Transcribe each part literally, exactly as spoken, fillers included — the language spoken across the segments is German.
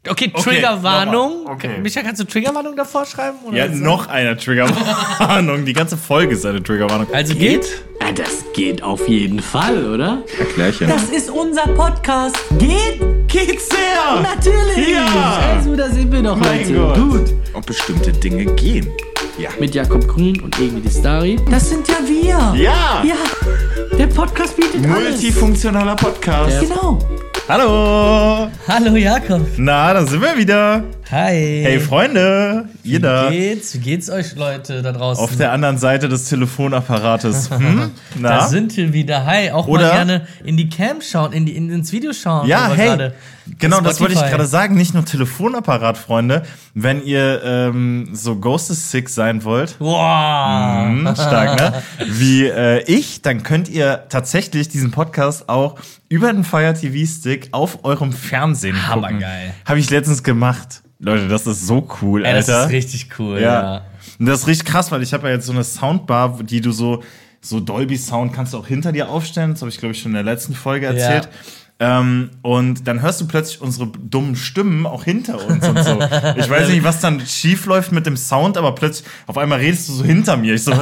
Okay, Triggerwarnung. Okay, okay. Micha, kannst du Triggerwarnung davor schreiben? Oder Ja, so? noch eine Triggerwarnung. Die ganze Folge ist eine Triggerwarnung. Also geht? Ja, das geht auf jeden Fall, oder? Erklärchen. Das ist unser Podcast. Geht? Geht's sehr? Natürlich! Ja. Also, da sind wir doch Mein heute. Gott. Gut. Ob bestimmte Dinge gehen. Ja. Mit Jakob Grün und Egli Distari. Das sind ja wir. Ja. Ja. Der Podcast bietet alles. Multifunktionaler Podcast. Genau. Hallo. Hallo Jakob. Na, da sind wir wieder. Hi. Hey Freunde, ihr da. Wie geht's? Wie geht's euch, Leute, da draußen? Auf der anderen Seite des Telefonapparates. Hm? Na? Da sind wir wieder. Hi. Auch Oder? mal gerne in die Cam schauen, in die, in, ins Video schauen. Ja, aber hey, gerade genau, das wollte ich Spotify. gerade sagen. Nicht nur Telefonapparat, Freunde. Wenn ihr ähm, so Ghosted Sick sein wollt, Wow. hm, stark, ne? Wie äh, ich, dann könnt ihr tatsächlich diesen Podcast auch über den Fire T V-Stick auf eurem Fernsehen gucken. Hammergeil. Habe ich letztens gemacht. Leute, das ist so cool, Ey, das Alter. ist richtig cool, Ja. ja. Und das ist richtig krass, weil ich habe ja jetzt so eine Soundbar, die du so, so Dolby Sound kannst du auch hinter dir aufstellen. Das habe ich, glaube ich, schon in der letzten Folge erzählt. Ähm, und dann hörst du plötzlich unsere dummen Stimmen auch hinter uns und so. Ich weiß nicht, was dann schief läuft mit dem Sound, aber plötzlich, auf einmal redest du so hinter mir. Ich so,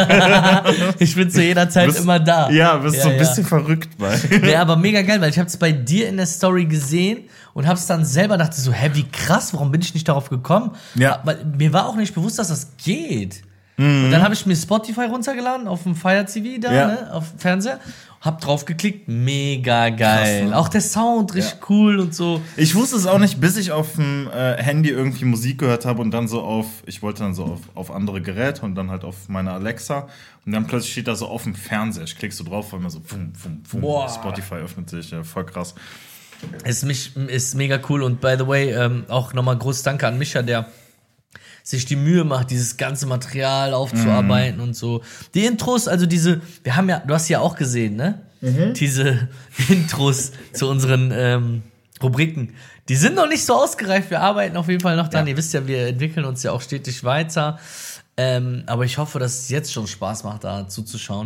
Ich bin zu jeder Zeit bist, immer da. Ja, bist Ja, so ein ja. bisschen verrückt bei. Nee, aber mega geil, weil ich hab's bei dir in der Story gesehen und hab's dann selber dachte so, hä, wie krass, warum bin ich nicht darauf gekommen? Ja. Aber mir war auch nicht bewusst, dass das geht. Und dann habe ich mir Spotify runtergeladen auf dem Fire T V da, Ja. ne, auf dem Fernseher, hab drauf geklickt, mega geil. Krass, ne? Auch der Sound richtig cool und so. Ich wusste es auch nicht, bis ich auf dem äh, Handy irgendwie Musik gehört habe und dann so auf, ich wollte dann so auf, auf andere Geräte und dann halt auf meine Alexa und dann plötzlich steht da so auf dem Fernseher. Ich klick so drauf, weil immer so fum, fum, fum, Boah. Spotify öffnet sich, ja, voll krass. Ist, mich, ist mega cool und by the way, ähm, auch nochmal groß Danke an Micha, der sich die Mühe macht, dieses ganze Material aufzuarbeiten und so. Die Intros, also diese, wir haben ja, du hast ja auch gesehen, ne? Diese Intros zu unseren ähm, Rubriken. Die sind noch nicht so ausgereift, wir arbeiten auf jeden Fall noch dran. Ja. Ihr wisst ja, wir entwickeln uns ja auch stetig weiter. Ähm, aber ich hoffe, dass es jetzt schon Spaß macht, da zuzuschauen.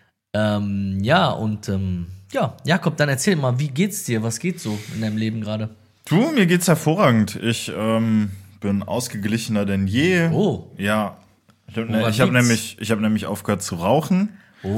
Ähm, ja, und ähm, ja, Jakob, dann erzähl mal, wie geht's dir? Was geht so in deinem Leben gerade? Du, mir geht's hervorragend. Ich ähm, bin ausgeglichener denn je. Oh. Ja. Ich habe Woran ich hab liegt's? nämlich, ich hab nämlich aufgehört zu rauchen.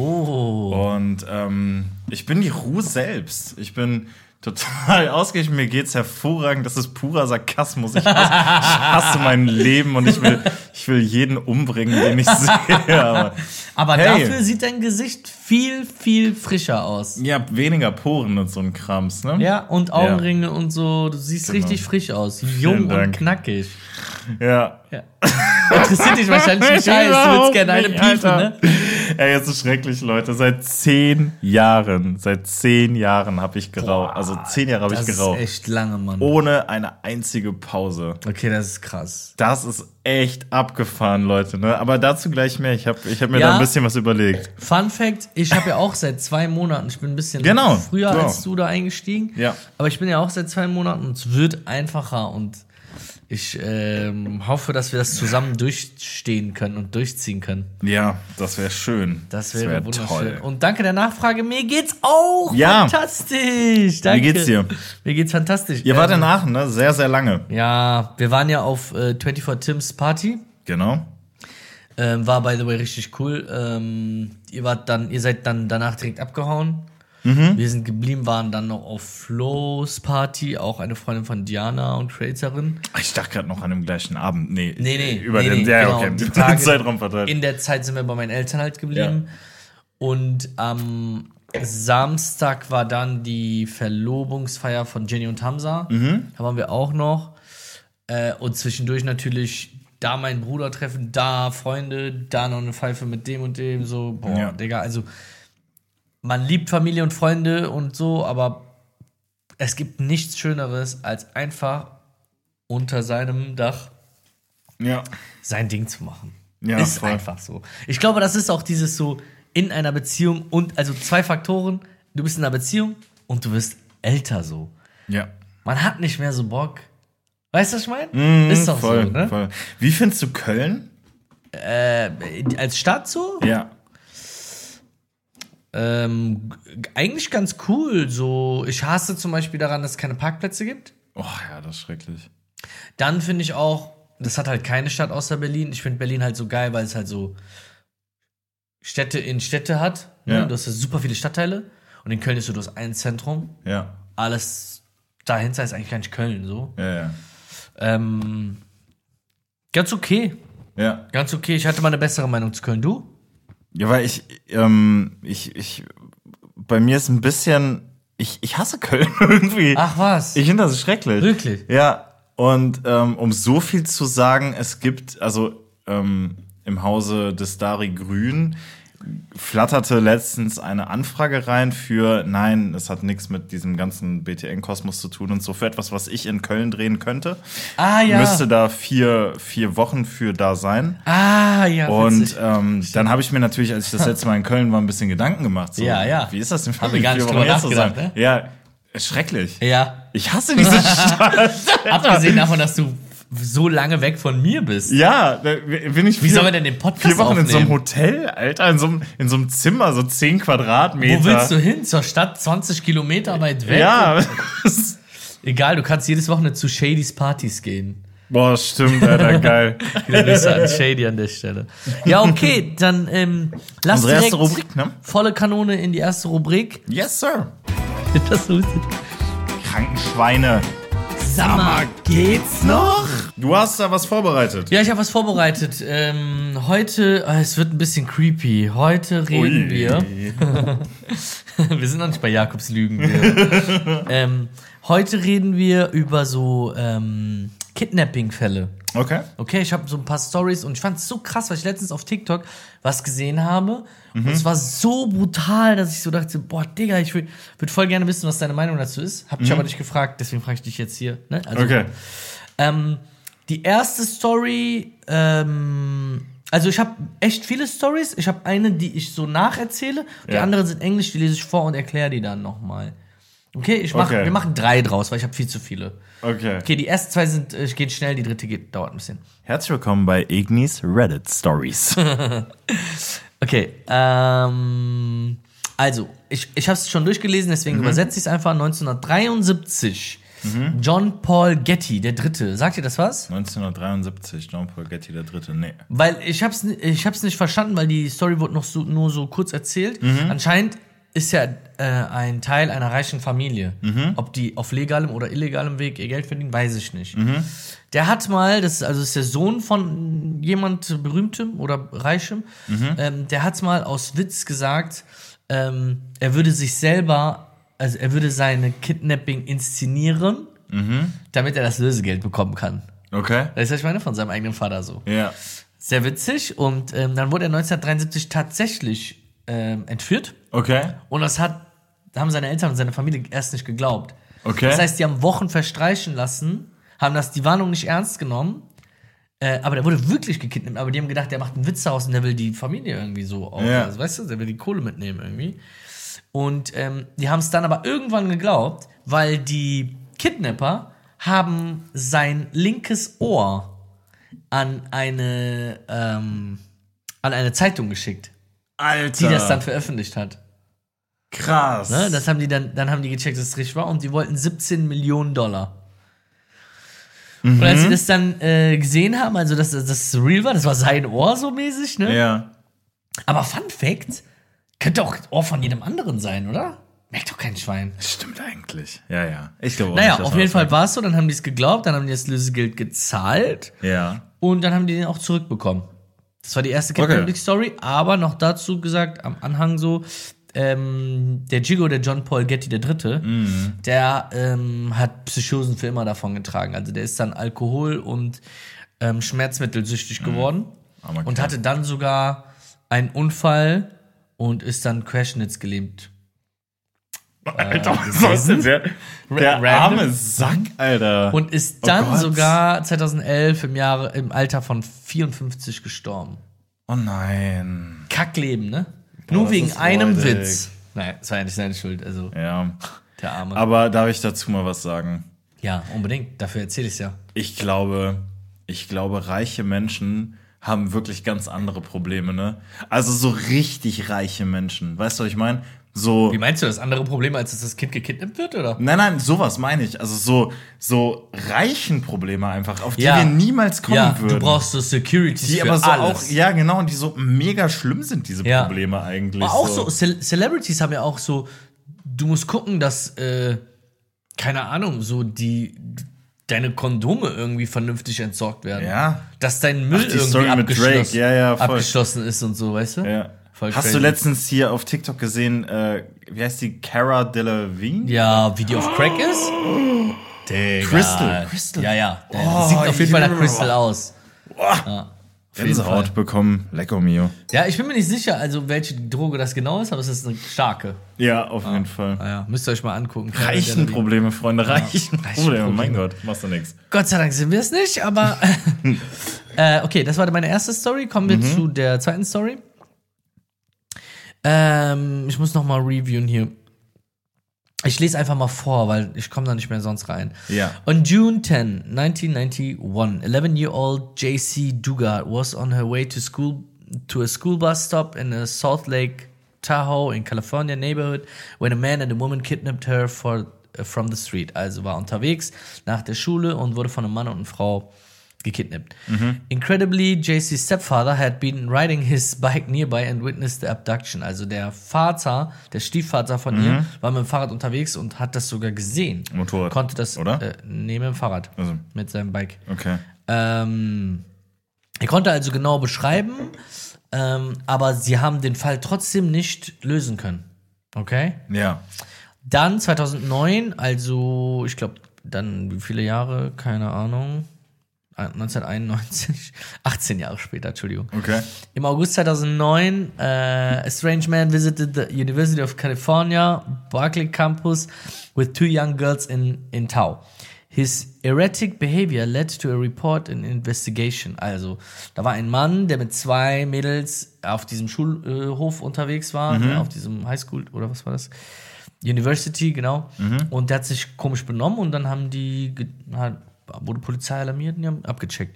Oh. Und ähm, ich bin die Ruhe selbst. Ich bin total ausgeglichen. Mir geht's hervorragend. Das ist purer Sarkasmus. Ich hasse, ich hasse mein Leben und ich will, ich will jeden umbringen, den ich sehe. Aber, Aber hey. dafür sieht dein Gesicht viel, viel frischer aus. ja, weniger Poren und so ein Krams, ne? Ja, und Augenringe und so. Du siehst Genau. richtig frisch aus. Jung und Dank. knackig. Ja. Ja. Interessiert dich wahrscheinlich nicht heiß. Du willst gerne eine Nicht, piepen, Alter. ne? Ey, jetzt ist schrecklich, Leute. Seit zehn Jahren, seit zehn Jahren habe ich geraucht. Also zehn Jahre habe ich Das geraucht. ist echt lange, Mann. Ohne eine einzige Pause. Okay, das ist krass. Das ist echt abgefahren, Leute. Ne? Aber dazu gleich mehr. Ich habe ich hab mir Ja. da ein bisschen was überlegt. Fun Fact, ich habe ja auch seit zwei Monaten, ich bin ein bisschen Genau, früher so. als du da eingestiegen. Ja. Aber ich bin ja auch seit zwei Monaten und es wird einfacher und ich ähm, hoffe, dass wir das zusammen durchstehen können und durchziehen können. Ja, das wäre schön. Das wäre wär wunderschön. toll. Und danke der Nachfrage. Mir geht's auch Ja. fantastisch. Danke. Wie geht's dir? Mir geht's fantastisch. Ihr wart in Ähm, Aachen, ne? Sehr, sehr lange. Ja, wir waren ja auf äh, vierundzwanzig Tims Party. Genau. Ähm, war by the way richtig cool. Ähm, ihr wart dann, ihr seid dann danach direkt abgehauen. Mhm. Wir sind geblieben, waren dann noch auf Flo's Party, auch eine Freundin von Diana und Creatorin. Ich dachte gerade noch an dem gleichen Abend. Nee, Nee, nee. Über nee, den, nee, ja, genau, okay. die Den Tage- Zeitraum verteilt. In der Zeit sind wir bei meinen Eltern halt geblieben. Und am Samstag war dann die Verlobungsfeier von Jenny und Hamza. Mhm. Da waren wir auch noch. Äh, und zwischendurch natürlich da mein Bruder treffen, da Freunde, da noch eine Pfeife mit dem und dem. So, boah, Ja. Digga, also man liebt Familie und Freunde und so, aber es gibt nichts Schöneres, als einfach unter seinem Dach Ja. sein Ding zu machen. Ja, ist voll. einfach so. Ich glaube, das ist auch dieses so in einer Beziehung und also zwei Faktoren. Du bist in einer Beziehung und du wirst älter so. Ja. Man hat nicht mehr so Bock. Weißt du, was ich meine? Mhm, ist doch voll, so, ne? voll. Wie findest du Köln? Äh, als Stadt so? Ja. Ähm, g- eigentlich ganz cool. So, ich hasse zum Beispiel daran, dass es keine Parkplätze gibt. Oh ja, das ist schrecklich. Dann finde ich auch, das hat halt keine Stadt außer Berlin. Ich finde Berlin halt so geil, weil es halt so Städte in Städte hat. Ne? Ja. Du hast ja super viele Stadtteile. Und in Köln ist so, du hast ein Zentrum. Ja. Alles dahinter ist eigentlich gar nicht Köln so. Ja, ja. Ähm, ganz okay. Ja. Ganz okay. Ich hatte mal eine bessere Meinung zu Köln. Du? Ja, weil ich, ähm, ich, ich, bei mir ist ein bisschen, ich, ich hasse Köln irgendwie. Ach was. Ich finde das schrecklich. Wirklich? Ja. Und ähm, um so viel zu sagen, es gibt, also ähm, im Hause des Dari Grün flatterte letztens eine Anfrage rein für, nein, es hat nichts mit diesem ganzen B T N-Kosmos zu tun und so, für etwas, was ich in Köln drehen könnte. Ah, ja. Müsste da vier, vier Wochen für da sein. Ah, ja. Und witzig. ähm, dann habe ich mir natürlich, als ich das letzte Mal in Köln war, ein bisschen Gedanken gemacht. So, Ja, ja. Wie ist das denn für Haben wir gar nicht drüber nachgedacht, ne? Ja, schrecklich. Ja. Ich hasse diese Stadt. Abgesehen davon, dass du so lange weg von mir bist. Ja, da bin ich Wie vier, sollen wir denn den Podcast vier Wochen aufnehmen? in so einem Hotel, Alter, in so einem, in so einem Zimmer, so zehn Quadratmeter. Wo willst du hin? Zur Stadt zwanzig Kilometer weit weg? Ja. Egal, du kannst jedes Wochenende zu Shadys Partys gehen. Boah, stimmt, Alter, geil. Viele Grüße an Shady an der Stelle. Ja, okay, dann ähm, lass Unsere direkt erste Rubrik, ne? volle Kanone in die erste Rubrik. Yes, sir. Das ist Krankenschweine. Sag mal, geht's noch? Du hast da was vorbereitet. Ja, ich habe was vorbereitet. Ähm, heute, äh, es wird ein bisschen creepy. Heute reden Ui. wir. Wir sind noch nicht bei Jakobs Lügen. Wir. ähm, heute reden wir über so ähm, Kidnapping-Fälle. Okay. Okay, ich habe so ein paar Stories und ich fand es so krass, weil ich letztens auf TikTok was gesehen habe. Und es war so brutal, dass ich so dachte, boah, Digga, ich würde würd voll gerne wissen, was deine Meinung dazu ist. Hab dich aber nicht gefragt, deswegen frage ich dich jetzt hier. Ne? Also, Okay. ähm, die erste Story, ähm, also ich habe echt viele Stories. Ich habe eine, die ich so nacherzähle. Die Ja. anderen sind Englisch, die lese ich vor und erkläre die dann nochmal. Okay, ich mach, Okay. wir machen drei draus, weil ich habe viel zu viele. Okay. Okay, die ersten zwei sind, äh, gehen schnell, die dritte geht, dauert ein bisschen. Herzlich willkommen bei Ignis Reddit Stories. Okay, ähm, also, ich, ich habe es schon durchgelesen, deswegen Mhm. übersetze ich es einfach. neunzehnhundertdreiundsiebzig, John Paul Getty, der Dritte. Sagt ihr das was? neunzehnhundertdreiundsiebzig, John Paul Getty der Dritte. Nee. Weil ich hab's, ni- ich hab's nicht verstanden, weil die Story wurde noch so, nur so kurz erzählt. Mhm. Anscheinend ist ja äh, ein Teil einer reichen Familie. Mhm. Ob die auf legalem oder illegalem Weg ihr Geld verdienen, weiß ich nicht. Mhm. Der hat mal, das ist, also das ist der Sohn von jemand Berühmtem oder Reichem, Mhm. ähm, der hat mal aus Witz gesagt, ähm, er würde sich selber, also er würde seine Kidnapping inszenieren, Mhm. damit er das Lösegeld bekommen kann. Okay. Das ist, was ich meine, von seinem eigenen Vater so. Ja. Sehr witzig. Und ähm, dann wurde er neunzehnhundertdreiundsiebzig tatsächlich ähm, entführt. Okay. Und das hat, haben seine Eltern und seine Familie erst nicht geglaubt. Okay. Das heißt, die haben Wochen verstreichen lassen, haben das die Warnung nicht ernst genommen. Äh, aber der wurde wirklich gekidnappt. Aber die haben gedacht, der macht einen Witz daraus und der will die Familie irgendwie so auf. Ja. Also, weißt du, der will die Kohle mitnehmen irgendwie. Und ähm, die haben es dann aber irgendwann geglaubt, weil die Kidnapper haben sein linkes Ohr an eine, ähm, an eine Zeitung geschickt, Alter. die das dann veröffentlicht hat. krass. Ne? Das haben die dann, dann haben die gecheckt, dass es richtig war und die wollten siebzehn Millionen Dollar. Und als sie das dann äh, gesehen haben, also dass dass das real war, das war sein Ohr so mäßig, ne? Ja. Aber Fun Fact, könnte auch Ohr von jedem anderen sein, oder? Merkt doch kein Schwein. Stimmt eigentlich. Ja, ja. Ich glaube auch Naja, nicht, dass auf man jeden das Fall sagt. war es so, dann haben die es geglaubt, dann haben die das Lösegeld gezahlt Ja. und dann haben die den auch zurückbekommen. Das war die erste Kidnapping-Story, aber noch dazu gesagt, am Anhang so, ähm, der Jigo, der John Paul Getty der Dritte, der ähm, hat Psychosen für immer davon getragen. Also der ist dann Alkohol- und ähm, Schmerzmittelsüchtig geworden Armer und Kerl. hatte dann sogar einen Unfall und ist dann querschnittsgelähmt. Alter, was ist denn der? Der Random. arme Sack, Alter. Und ist Oh dann Gott. sogar zweitauseldelf im Jahre, im Alter von vierundfünfzig gestorben. Oh nein. Kackleben, ne? Nur das wegen ist einem räudig. Witz. Nein, das war ja nicht seine Schuld, also Ja. der Arme. Aber darf ich dazu mal was sagen? Ja, unbedingt. Dafür erzähle ich es ja. Ich glaube, ich glaube, reiche Menschen haben wirklich ganz andere Probleme, ne? Also so richtig reiche Menschen. Weißt du, was ich meine? So, Wie meinst du das? Andere Probleme, als dass das Kind gekidnappt wird, oder? nein, nein, sowas meine ich. Also so, so reichen Probleme einfach, auf die Ja. wir niemals kommen Ja, würden. du brauchst so Securities die für aber so alles. auch, ja genau, und die so mega schlimm sind, diese Ja. Probleme eigentlich. Aber auch so, Ce- Celebrities haben ja auch so, du musst gucken, dass, äh, keine Ahnung, so die, deine Kondome irgendwie vernünftig entsorgt werden. Ja. Dass dein Müll Ach, die irgendwie Story mit abgeschlossen, Drake. Ja, ja, voll. abgeschlossen ist und so, weißt du? Ja. Voll Hast crazy. du letztens hier auf TikTok gesehen, äh, wie heißt die, Cara Delevingne? Ja, wie die auf Crack ist? Digga. Crystal, Crystal. Ja, ja. Der Oh, sieht auf jeden Fall nach ja. Crystal aus. Ja, auf jeden Fall. Gänsehaut bekommen, lecker mio. Ja, ich bin mir nicht sicher, also welche Droge das genau ist, aber es ist eine starke. Ja, auf jeden Fall. Naja, müsst ihr euch mal angucken. Reichen Probleme, Freunde, reichen Probleme. Probleme. Mein Gott, machst du nix. Gott sei Dank sind wir es nicht, aber äh, okay, das war meine erste Story. Kommen wir zu der zweiten Story. Ähm, ich muss noch mal reviewen hier. Ich lese einfach mal vor, weil ich komme da nicht mehr sonst rein. Ja. On June tenth, nineteen ninety-one, eleven-year-old J C Dugard was on her way to school to a school bus stop in a Salt Lake Tahoe in California neighborhood when a man and a woman kidnapped her for, uh, from the street. Also war unterwegs nach der Schule und wurde von einem Mann und einer Frau gekidnappt. Incredibly, J C's stepfather had been riding his bike nearby and witnessed the abduction. Also der Vater, der Stiefvater von ihr, war mit dem Fahrrad unterwegs und hat das sogar gesehen. Motorrad, Konnte das, oder? Äh, nee, mit dem Fahrrad. Also. Mit seinem Bike. Okay. Ähm, er konnte also genau beschreiben, ähm, aber sie haben den Fall trotzdem nicht lösen können. Okay? Ja. Dann zweitausendneun, also ich glaube, dann wie viele Jahre, keine Ahnung, neunzehnhunderteinundneunzig, achtzehn Jahre später, Entschuldigung. Okay. Im August zweitausendneun, äh, a strange man visited the University of California, Berkeley campus with two young girls in, in Tahoe. His erratic behavior led to a report and investigation. Also, da war ein Mann, der mit zwei Mädels auf diesem Schulhof unterwegs war, Mhm. auf diesem Highschool, oder was war das? University, genau. Mhm. Und der hat sich komisch benommen und dann haben die, ge- hat, wurde Polizei alarmiert und die haben abgecheckt.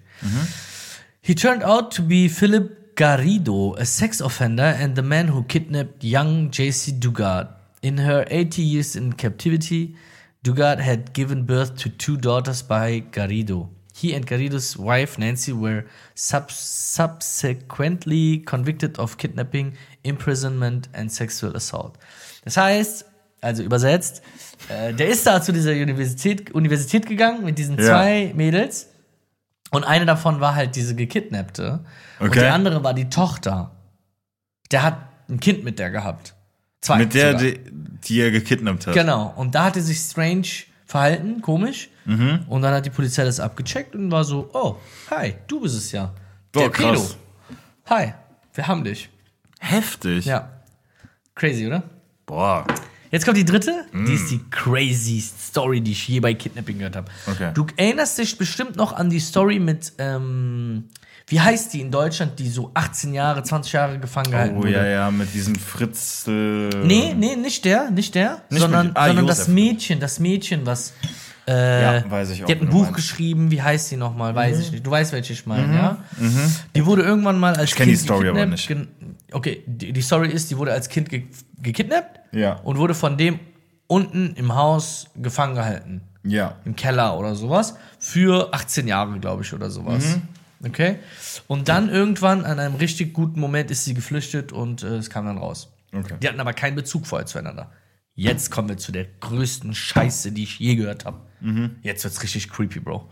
He turned out to be Philip Garrido, a sex offender and the man who kidnapped young J C Dugard. In her eighty years in captivity, Dugard had given birth to two daughters by Garrido. He and Garrido's wife, Nancy, were sub- subsequently convicted of kidnapping, imprisonment and sexual assault. Das heißt, also übersetzt, äh, der ist da zu dieser Universität, Universität gegangen mit diesen Ja. zwei Mädels und eine davon war halt diese gekidnappte und Okay. die andere war die Tochter. Der hat ein Kind mit der gehabt. Zwei Mit der, sogar. die, die er gekidnappt hat. Genau, und da hat er sich strange verhalten, komisch. Mhm. Und dann hat die Polizei das abgecheckt und war so, oh, hi, du bist es ja. Boah, Der Pedo. krass. Hi, wir haben dich. Heftig. Ja. Crazy, oder? Boah. Jetzt kommt die dritte. Die ist die crazy Story, die ich je bei Kidnapping gehört habe. Okay. Du erinnerst dich bestimmt noch an die Story mit, ähm, wie heißt die in Deutschland, die so achtzehn Jahre, zwanzig Jahre gefangen gehalten Oh wurde? ja, ja, mit diesem Fritz. Äh, Nee, nee, nicht der, nicht der, Nicht sondern, mit- ah, sondern Josef. das Mädchen, das Mädchen, was äh, Ja, weiß ich auch, die hat wie ein du Buch meinst. geschrieben, wie heißt die nochmal, weiß ich nicht. Du weißt, welche ich meine, ja? Die wurde irgendwann mal als Ich kenn die Kind Story aber gekidnappt. nicht. Gen- Okay, die, die Story ist, die wurde als Kind ge gekidnappt Ja. und wurde von dem unten im Haus gefangen gehalten. Ja. Im Keller oder sowas. Für achtzehn Jahre, glaube ich, oder sowas. Okay? Und dann irgendwann, an einem richtig guten Moment, ist sie geflüchtet und äh, es kam dann raus. Okay. Die hatten aber keinen Bezug vorher zueinander. Jetzt kommen wir zu der größten Scheiße, die ich je gehört habe. Jetzt wird's richtig creepy, Bro.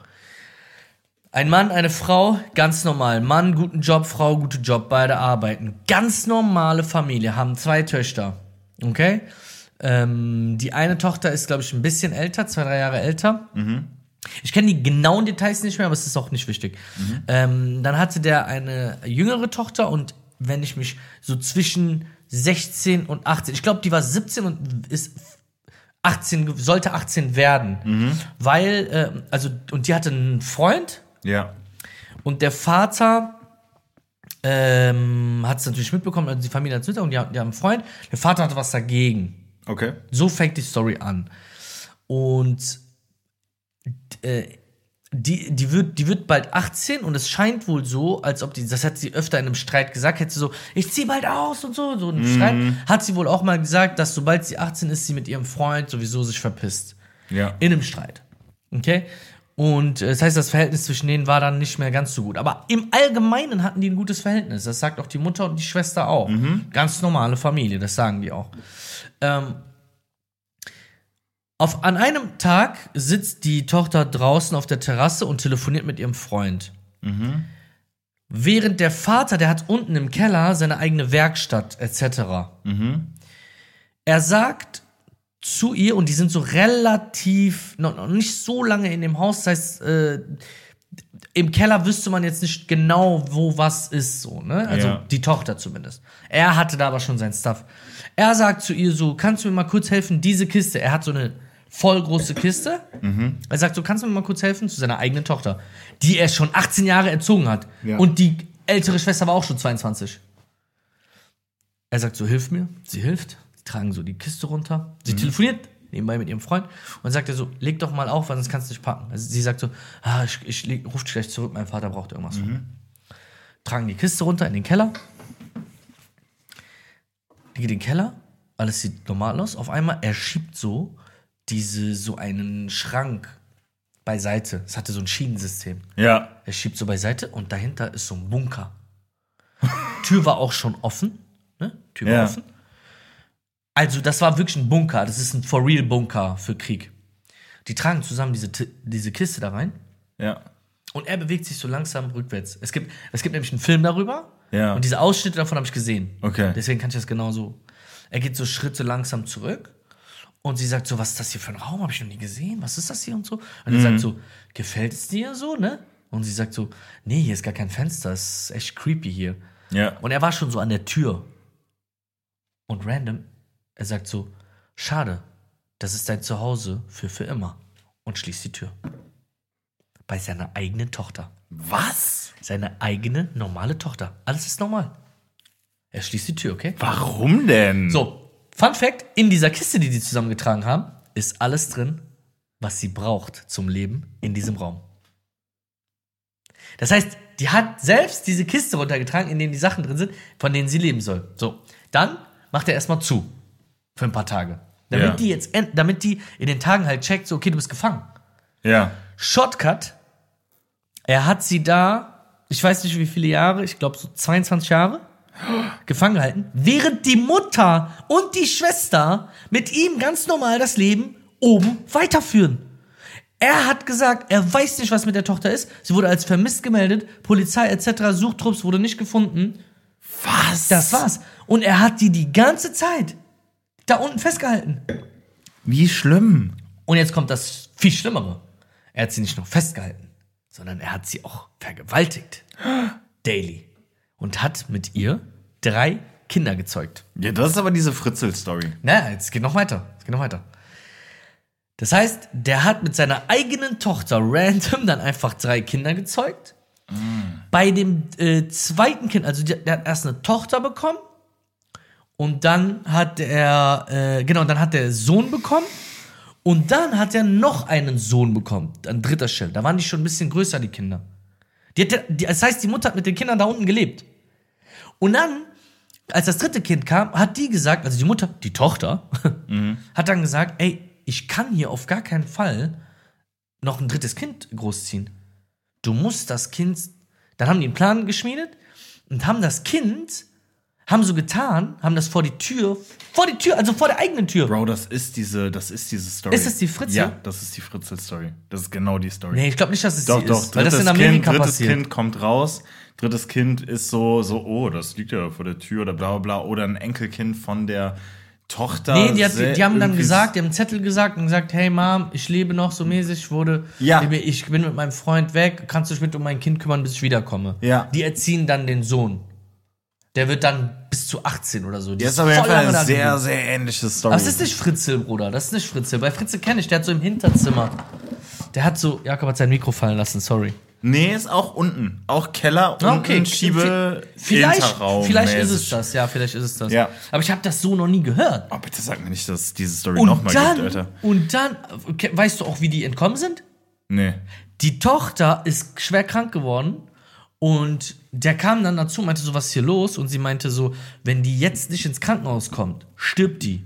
Ein Mann, eine Frau, ganz normal. Mann, guten Job, Frau, guten Job, beide arbeiten. Ganz normale Familie, haben zwei Töchter. Okay? Ähm, die eine Tochter ist, glaube ich, ein bisschen älter, zwei, drei Jahre älter. Ich kenne die genauen Details nicht mehr, aber es ist auch nicht wichtig. Ähm, dann hatte der eine jüngere Tochter und wenn ich mich so zwischen sechzehn und achtzehn, ich glaube, die war siebzehn und ist achtzehn, sollte achtzehn werden. Weil, äh, also, und die hatte einen Freund Ja. und der Vater ähm, hat es natürlich mitbekommen, also die Familie hat es mitbekommen, die, haben- die haben einen Freund, der Vater hatte was dagegen. Okay. So fängt die Story an. Und äh, die, die, wird, die wird bald achtzehn und es scheint wohl so, als ob die, das hat sie öfter in einem Streit gesagt, hätte sie so, ich zieh bald aus und so, so ein Mhm. Streit, hat sie wohl auch mal gesagt, dass sobald sie achtzehn ist, sie mit ihrem Freund sowieso sich verpisst. Ja. In einem Streit. Okay? Und äh, das heißt, das Verhältnis zwischen denen war dann nicht mehr ganz so gut. Aber im Allgemeinen hatten die ein gutes Verhältnis. Das sagt auch die Mutter und die Schwester auch. Mhm. Ganz normale Familie, das sagen die auch. Ähm, auf, an einem Tag sitzt die Tochter draußen auf der Terrasse und telefoniert mit ihrem Freund. Mhm. Während der Vater, der hat unten im Keller seine eigene Werkstatt et cetera. Mhm. Er sagt zu ihr, und die sind so relativ, noch, noch nicht so lange in dem Haus, das heißt, äh, im Keller wüsste man jetzt nicht genau, wo was ist, so, ne? Also Ja. die Tochter zumindest. Er hatte da aber schon sein Stuff. Er sagt zu ihr so, kannst du mir mal kurz helfen, diese Kiste, er hat so eine voll große Kiste. Mhm. Er sagt so, kannst du mir mal kurz helfen, zu seiner eigenen Tochter, die er schon achtzehn Jahre erzogen hat. Ja. Und die ältere Schwester war auch schon zweiundzwanzig. Er sagt so, hilf mir. Sie hilft. Die tragen so die Kiste runter. Sie telefoniert nebenbei mit ihrem Freund und sagt er so, leg doch mal auf, weil sonst kannst du nicht packen. Also sie sagt so, ah, ich, ich leg, ruf dich gleich zurück, mein Vater braucht irgendwas. Mhm. Tragen die Kiste runter in den Keller. Die geht in den Keller, alles sieht normal aus. Auf einmal, er schiebt so diese, so einen Schrank beiseite. Es hatte so ein Schienensystem. Ja. Er schiebt so beiseite und dahinter ist so ein Bunker. Tür war auch schon offen. Ne? Tür war Ja. offen. Also, das war wirklich ein Bunker. Das ist ein For-Real-Bunker für Krieg. Die tragen zusammen diese, T- diese Kiste da rein Ja. und er bewegt sich so langsam rückwärts. Es gibt, es gibt nämlich einen Film darüber Ja. und diese Ausschnitte davon habe ich gesehen. Okay. Deswegen kann ich das genauso. Er geht so Schritte langsam zurück und sie sagt so, was ist das hier für ein Raum? Habe ich noch nie gesehen. Was ist das hier und so? Und er sagt so, gefällt es dir so, ne? Und sie sagt so, nee, hier ist gar kein Fenster. Es ist echt creepy hier. Ja. Und er war schon so an der Tür. Und random, er sagt so, schade, das ist dein Zuhause für für immer. Und schließt die Tür. Bei seiner eigenen Tochter. Was? Seine eigene, normale Tochter. Alles ist normal. Er schließt die Tür, okay? Warum denn? So, Fun Fact, in dieser Kiste, die die zusammengetragen haben, ist alles drin, was sie braucht zum Leben in diesem Raum. Das heißt, die hat selbst diese Kiste runtergetragen, in denen die Sachen drin sind, von denen sie leben soll. So, dann macht er erstmal zu. Für ein paar Tage. Damit Ja. die jetzt, end- damit die in den Tagen halt checkt, so, okay, du bist gefangen. Ja. Shortcut, er hat sie da, ich weiß nicht wie viele Jahre, ich glaube so zweiundzwanzig Jahre, gefangen gehalten, während die Mutter und die Schwester mit ihm ganz normal das Leben oben weiterführen. Er hat gesagt, er weiß nicht, was mit der Tochter ist. Sie wurde als vermisst gemeldet, Polizei et cetera, Suchtrupps wurde nicht gefunden. Was? Das war's. Und er hat die die ganze Zeit da unten festgehalten. Wie schlimm. Und jetzt kommt das viel Schlimmere. Er hat sie nicht nur festgehalten, sondern er hat sie auch vergewaltigt. Daily. Und hat mit ihr drei Kinder gezeugt. Ja, das ist aber diese Fritzel-Story. Na, jetzt geht noch weiter. Es geht noch weiter. Das heißt, der hat mit seiner eigenen Tochter random dann einfach drei Kinder gezeugt. Bei dem äh, zweiten Kind, also der, der hat erst eine Tochter bekommen und dann hat er, äh, genau, dann hat der Sohn bekommen und dann hat er noch einen Sohn bekommen, an dritter Stelle. Da waren die schon ein bisschen größer, die Kinder. Die hat, die, das heißt, die Mutter hat mit den Kindern da unten gelebt. Und dann, als das dritte Kind kam, hat die gesagt, also die Mutter, die Tochter, mhm. hat dann gesagt, ey, ich kann hier auf gar keinen Fall noch ein drittes Kind großziehen. Du musst das Kind, dann haben die einen Plan geschmiedet und haben das Kind, haben so getan, haben das vor die Tür, vor die Tür, also vor der eigenen Tür. Bro, das ist diese, das ist diese Story. Ist das die Fritzel? Ja, das ist die Fritzel-Story. Das ist genau die Story. Nee, ich glaube nicht, dass es Doch, sie doch, ist, weil das drittes in Amerika kind, drittes passiert. Kind kommt raus, drittes Kind ist so, so, oh, das liegt ja vor der Tür oder bla bla bla. Oder ein Enkelkind von der Tochter. Nee, die, hat, die, die haben dann irgendwie- gesagt, die haben einen Zettel gesagt und gesagt, hey Mom, ich lebe noch so mäßig, ich wurde, Ja. ich bin mit meinem Freund weg, kannst du dich mit um mein Kind kümmern, bis ich wiederkomme. Ja. Die erziehen dann den Sohn. Der wird dann bis zu achtzehn oder so. Die Das ist aber voll lange eine da sehr, geblieben. sehr ähnliche Story. Aber es ist nicht Fritzel, Bruder, das ist nicht Fritzel. Bei Fritzel kenne ich, der hat so im Hinterzimmer. Der hat so, Jakob hat sein Mikro fallen lassen, sorry. Nee, ist auch unten. Auch Keller, unten, Ah, okay. Schiebe, Vielleicht, Hinterraum vielleicht ist es mäßig. das, ja, vielleicht ist es das. Ja. Aber ich habe das so noch nie gehört. Oh, bitte sag mir nicht, dass es diese Story Und nochmal dann, gibt, Alter. und dann, okay, weißt du auch, wie die entkommen sind? Nee. Die Tochter ist schwer krank geworden und der kam dann dazu, meinte so, was ist hier los? Und sie meinte so, wenn die jetzt nicht ins Krankenhaus kommt, stirbt die.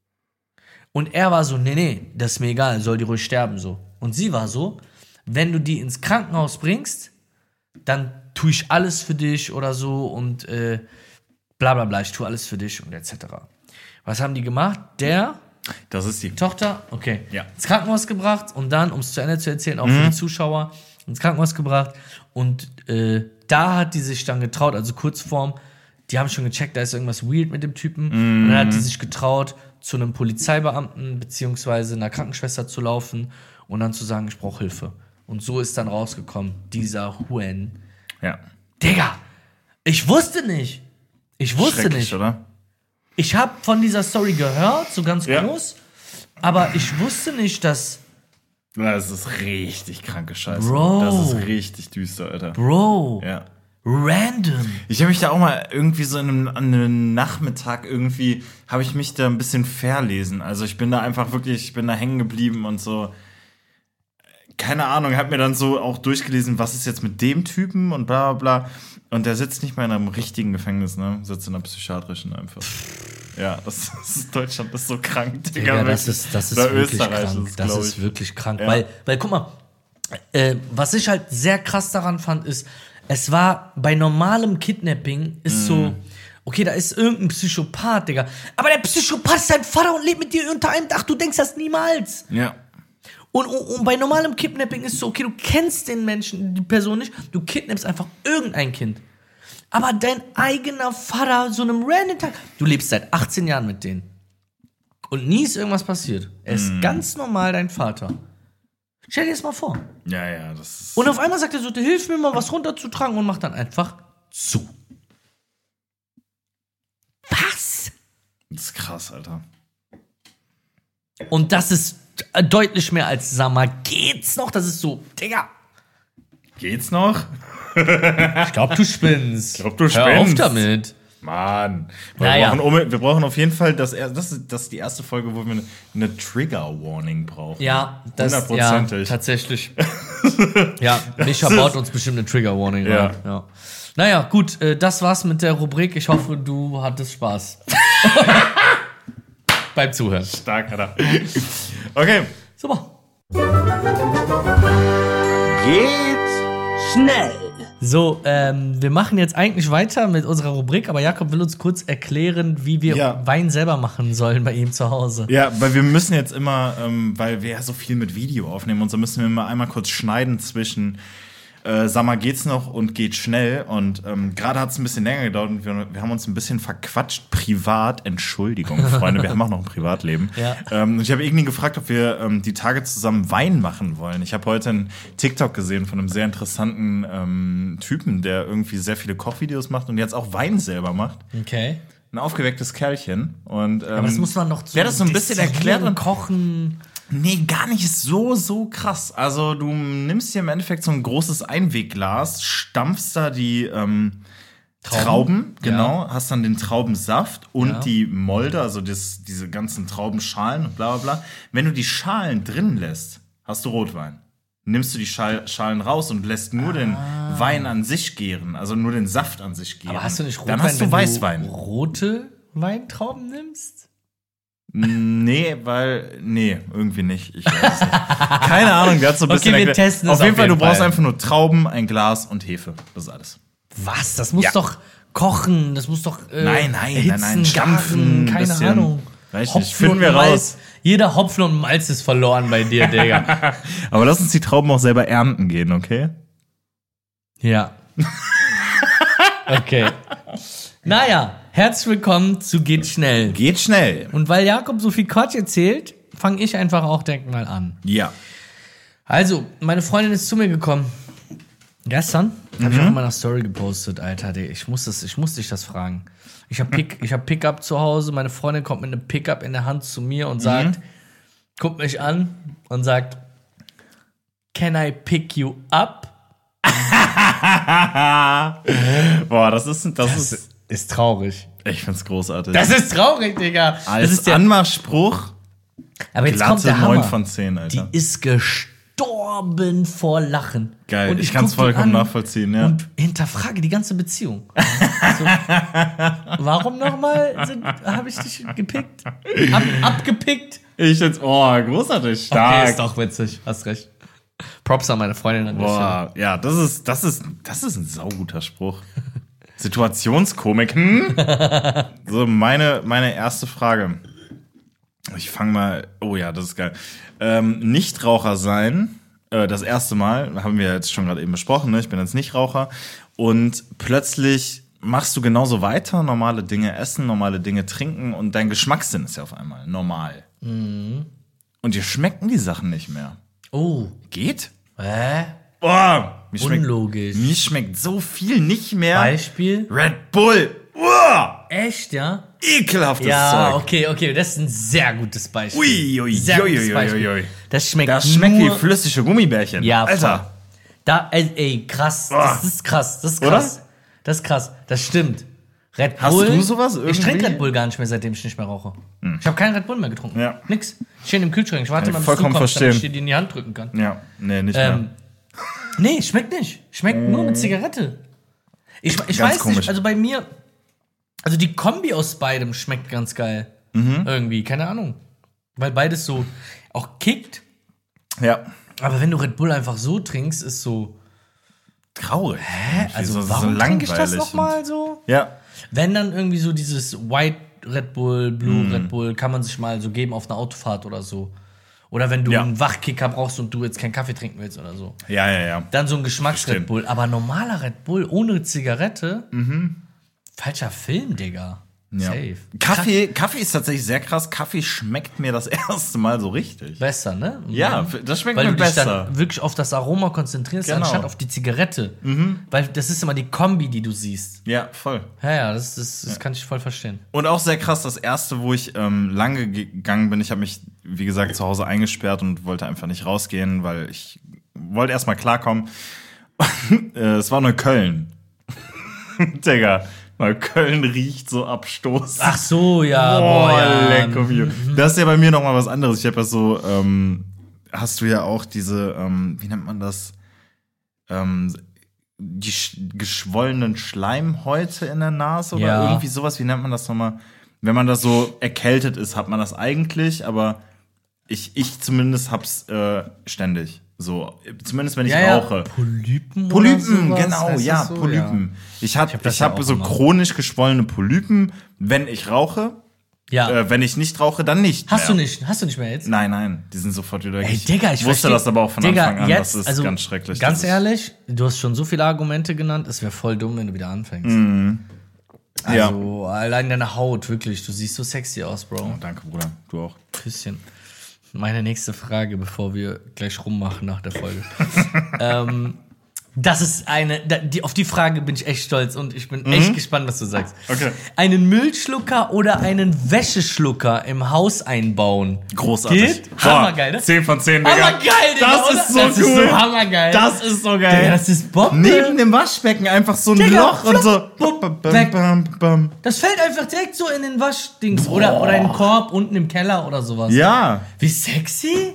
Und er war so, nee, nee, das ist mir egal, soll die ruhig sterben, so. Und sie war so, wenn du die ins Krankenhaus bringst, dann tue ich alles für dich oder so und äh, bla bla bla, ich tue alles für dich und et cetera. Was haben die gemacht? Der Das ist die Tochter, okay, Ja. ins Krankenhaus gebracht und dann, um es zu Ende zu erzählen, auch Mhm. für die Zuschauer, ins Krankenhaus gebracht und äh, da hat die sich dann getraut, also Kurzform, die haben schon gecheckt, da ist irgendwas weird mit dem Typen Mhm. und dann hat die sich getraut, zu einem Polizeibeamten beziehungsweise einer Krankenschwester zu laufen und dann zu sagen, ich brauche Hilfe. Und so ist dann rausgekommen, dieser Huen. Ja. Digga, ich wusste nicht. Ich wusste Schrecklich, nicht. oder? Ich habe von dieser Story gehört, so ganz Ja. groß, aber ich wusste nicht, dass, Das ist richtig kranke Scheiße. Bro. Das ist richtig düster, Alter. Bro, Ja. random. Ich habe mich da auch mal irgendwie so in einem, an einem Nachmittag irgendwie, habe ich mich da ein bisschen verlesen. Also ich bin da einfach wirklich, ich bin da hängen geblieben und so. Keine Ahnung, habe mir dann so auch durchgelesen, was ist jetzt mit dem Typen und bla bla bla. Und der sitzt nicht mehr in einem richtigen Gefängnis, ne? Sitzt in einer psychiatrischen einfach. Ja, das ist Deutschland, das ist so krank, Digga. Digga, das wirklich. ist, das ist Oder wirklich Österreich krank. ist es, Das glaub ist ich. wirklich krank. Ja. Weil, weil, guck mal, äh, was ich halt sehr krass daran fand, ist, es war bei normalem Kidnapping, ist so, okay, da ist irgendein Psychopath, Digga. Aber der Psychopath ist dein Vater und lebt mit dir unter einem Dach. Du denkst das niemals. Ja. Und, und, und bei normalem Kidnapping ist so, okay, du kennst den Menschen, die Person nicht, du kidnappst einfach irgendein Kind. Aber dein eigener Vater, so einem random Tag, du lebst seit achtzehn Jahren mit denen. Und nie ist irgendwas passiert. Er ist ganz normal dein Vater. Stell dir das mal vor. Ja, ja, das ist. Und auf einmal sagt er so, hilf mir mal was runterzutragen und macht dann einfach zu. Was? Das ist krass, Alter. Und das ist deutlich mehr als, sag mal, geht's noch? Das ist so, Digga. Geht's noch? Ich glaub, du spinnst. Ich glaub, du Hör auf spinnst. damit. Mann. Wir, Naja. brauchen, um- wir brauchen auf jeden Fall, das, das, ist, das ist die erste Folge, wo wir eine, eine Trigger-Warning brauchen. Ja, das ja, Hundertprozentig. tatsächlich. Ja, Micha baut uns bestimmt eine Trigger-Warning Ja. rein. Ja. Naja, gut, äh, das war's mit der Rubrik. Ich hoffe, du hattest Spaß. Beim Zuhören. Stark, Alter. Okay. Super. Geht schnell. So, ähm, wir machen jetzt eigentlich weiter mit unserer Rubrik, aber Jakob will uns kurz erklären, wie wir Ja. Wein selber machen sollen bei ihm zu Hause. Ja, weil wir müssen jetzt immer, ähm, weil wir ja so viel mit Video aufnehmen und so, müssen wir mal einmal kurz schneiden zwischen äh, sag mal, geht's noch und geht schnell. Und ähm, gerade hat es ein bisschen länger gedauert und wir, wir haben uns ein bisschen verquatscht privat. Entschuldigung, Freunde, wir haben auch noch ein Privatleben. Ja. Ähm, und ich habe irgendwie gefragt, ob wir ähm, die Tage zusammen Wein machen wollen. Ich habe heute einen TikTok gesehen von einem sehr interessanten ähm, Typen, der irgendwie sehr viele Kochvideos macht und jetzt auch Wein selber macht. Okay. Ein aufgewecktes Kerlchen. Und, ähm, Aber das muss man noch wer das so ein bisschen erklärt und kochen. Nee, gar nicht so, so krass. Also du nimmst dir im Endeffekt so ein großes Einwegglas, stampfst da die ähm, Trauben, Trauben genau, hast dann den Traubensaft und Ja. die Molde, also das, diese ganzen Traubenschalen und bla bla bla. Wenn du die Schalen drin lässt, hast du Rotwein. Nimmst du die Schal Schalen raus und lässt nur den Wein an sich gären, also nur den Saft an sich gären. Aber hast du nicht Rotwein, Dann hast du wenn Weißwein. du rote Weintrauben nimmst? Nee, weil, nee, irgendwie nicht. Ich weiß es nicht. Keine Ahnung, der hat so ein bisschen Okay, wir erklärt. testen es Auf jeden auf Fall, jeden du brauchst Fall. einfach nur Trauben, ein Glas und Hefe. Das ist alles. Was? Das muss Ja. doch kochen, das muss doch äh, Nein, nein, erhitzen, nein, nein, stampfen, garen, keine bisschen. Ahnung. Weiß ich nicht, Hopfen finden und wir Malz. raus. Jeder Hopfen und Malz ist verloren bei dir, Digga. Aber lass uns die Trauben auch selber ernten gehen, okay? Ja. Okay. Naja, herzlich willkommen zu Geht Schnell. Geht schnell. Und weil Jakob so viel Quatsch erzählt, fange ich einfach auch direkt mal an. Ja. Also, meine Freundin ist zu mir gekommen. Gestern Mhm. habe ich auch in meiner Story gepostet, Alter. Ich muss, das, ich muss dich das fragen. Ich habe Pick, ich hab Pickup zu Hause. Meine Freundin kommt mit einem Pickup in der Hand zu mir und sagt, Mhm. guckt mich an und sagt, can I pick you up? Boah, das ist, das, Das ist, ist traurig. ich find's großartig. Das ist traurig, Digga. Das Als ist der, Anmachspruch, aber jetzt kommt glatte der neun Hammer. von zehn, Alter. Die ist gestorben vor Lachen. Geil, und ich, ich kann es guck den vollkommen an nachvollziehen, ja. Und hinterfrage die ganze Beziehung. So, warum nochmal habe ich dich gepickt? Ab, abgepickt? Ich jetzt, oh, großartig, stark. Okay, ist doch witzig, hast recht. Props an meine Freundin an der Stelle. Boah, ja, das ist, das ist, das ist ein sauguter Spruch. Situationskomik. Hm? So, meine, meine erste Frage. Ich fange mal, oh ja, das ist geil. Ähm, Nichtraucher sein, äh, das erste Mal, haben wir jetzt schon gerade eben besprochen, ne? Ich bin jetzt Nichtraucher. Und plötzlich machst du genauso weiter, normale Dinge essen, normale Dinge trinken und dein Geschmackssinn ist ja auf einmal normal. Mhm. Und dir schmecken die Sachen nicht mehr. Oh. Geht? Hä? Boah, mir schmeckt, Unlogisch. mir schmeckt so viel nicht mehr. Beispiel? Red Bull. Uah, Echt, ja? ekelhaftes Ja, Zeug. okay, okay, das ist ein sehr gutes Beispiel. Ui, ui, sehr ui, gutes ui, Beispiel. ui, ui. Das schmeckt Das schmeckt wie nur, flüssige Gummibärchen. Ja, Alter. voll. Da, ey, ey krass, Boah. das ist krass, das ist Oder? krass. Das ist krass, das stimmt. Red Hast Bull. du sowas Ich irgendwie? trinke Red Bull gar nicht mehr, seitdem ich nicht mehr rauche. Ich habe keinen Red Bull mehr getrunken. Ja. Nix. Stehen im Kühlschrank. Ich warte Kann mal, ich bis du vollkommen kommst, damit ich dir verstehen. die in die Hand drücken kann. Ja, nee, nicht Ähm, mehr. nee, schmeckt nicht. Schmeckt nur mit Zigarette. Ich, ich Ganz weiß komisch. nicht, also bei mir, also die Kombi aus beidem schmeckt ganz geil. Mhm. Irgendwie, keine Ahnung. Weil beides so auch kickt. Ja. Aber wenn du Red Bull einfach so trinkst, ist so, Traurig. hä? Also so, so warum trinke ich das langweilig nochmal so? Ja. Wenn dann irgendwie so dieses White Red Bull, Blue Mhm. Red Bull, kann man sich mal so geben auf einer Autofahrt oder so. Oder wenn du Ja. einen Wachkicker brauchst und du jetzt keinen Kaffee trinken willst oder so. Ja, ja, ja. Dann so ein Geschmacks-Red Stimmt. Bull. Aber normaler Red Bull ohne Zigarette? Falscher Film, Digga. Ja. Safe. Kaffee, Kaffee ist tatsächlich sehr krass. Kaffee schmeckt mir das erste Mal so richtig. Besser, ne? Ja, Mhm. das schmeckt Weil mir du dich besser. dann wirklich auf das Aroma konzentrierst, Genau. anstatt auf die Zigarette. Weil das ist immer die Kombi, die du siehst. Ja, voll. Ja, ja, das, das, das kann ich voll verstehen. Und auch sehr krass, das erste, wo ich ähm, lange gegangen bin, ich habe mich, wie gesagt, zu Hause eingesperrt und wollte einfach nicht rausgehen, weil ich wollte erstmal klarkommen. Äh, es war Neukölln. Digga, Neukölln riecht so abstoßend. Ach so, ja. Boah, boah, ja. lecker, Mio. Das ist ja bei mir noch mal was anderes. Ich habe ja so, ähm, hast du ja auch diese, ähm, wie nennt man das? Ähm, die sch- geschwollenen Schleimhäute in der Nase oder Ja. irgendwie sowas. Wie nennt man das nochmal? Wenn man das so erkältet ist, hat man das eigentlich, aber ich, ich zumindest hab's äh, ständig. So, zumindest wenn ich Ja, ja. rauche. Polypen? Polypen, oder sowas? genau, Heißt das ja, so? Polypen. Ich habe hab das ich ja hab auch so immer. chronisch geschwollene Polypen, wenn ich rauche. Ja. ja. Äh, wenn ich nicht rauche, dann nicht Hast mehr. du nicht, hast du nicht mehr jetzt? Nein, nein, die sind sofort wieder weg. Ey, Digga, ich wusste versteh- das aber auch von Digga, Anfang an. jetzt, das ist also, ganz schrecklich. Ganz das ist, ehrlich, du hast schon so viele Argumente genannt, es wäre voll dumm, wenn du wieder anfängst. Mhm. Ja. Also, allein deine Haut, wirklich, du siehst so sexy aus, Bro. Oh, danke, Bruder. Du auch. Küsschen. Meine nächste Frage, bevor wir gleich rummachen nach der Folge. ähm, das ist eine, da- die, auf die Frage bin ich echt stolz und ich bin echt gespannt, was du sagst. Okay. Einen Müllschlucker oder einen Wäscheschlucker im Haus einbauen? Großartig. Geht? Hammergeil, ne? zehn von zehn, Digga. Hammergeil, Digga, Das oder? ist so Das ist cool. so hammergeil. Das ist so geil. Digga, das ist Bombe. Neben dem Waschbecken einfach so ein Digga, Loch und so. flupp, Bam, bam, weg. bam, bam. Das fällt einfach direkt so in den Waschdings oder, oder in den Korb unten im Keller oder sowas. Ja. Wie sexy?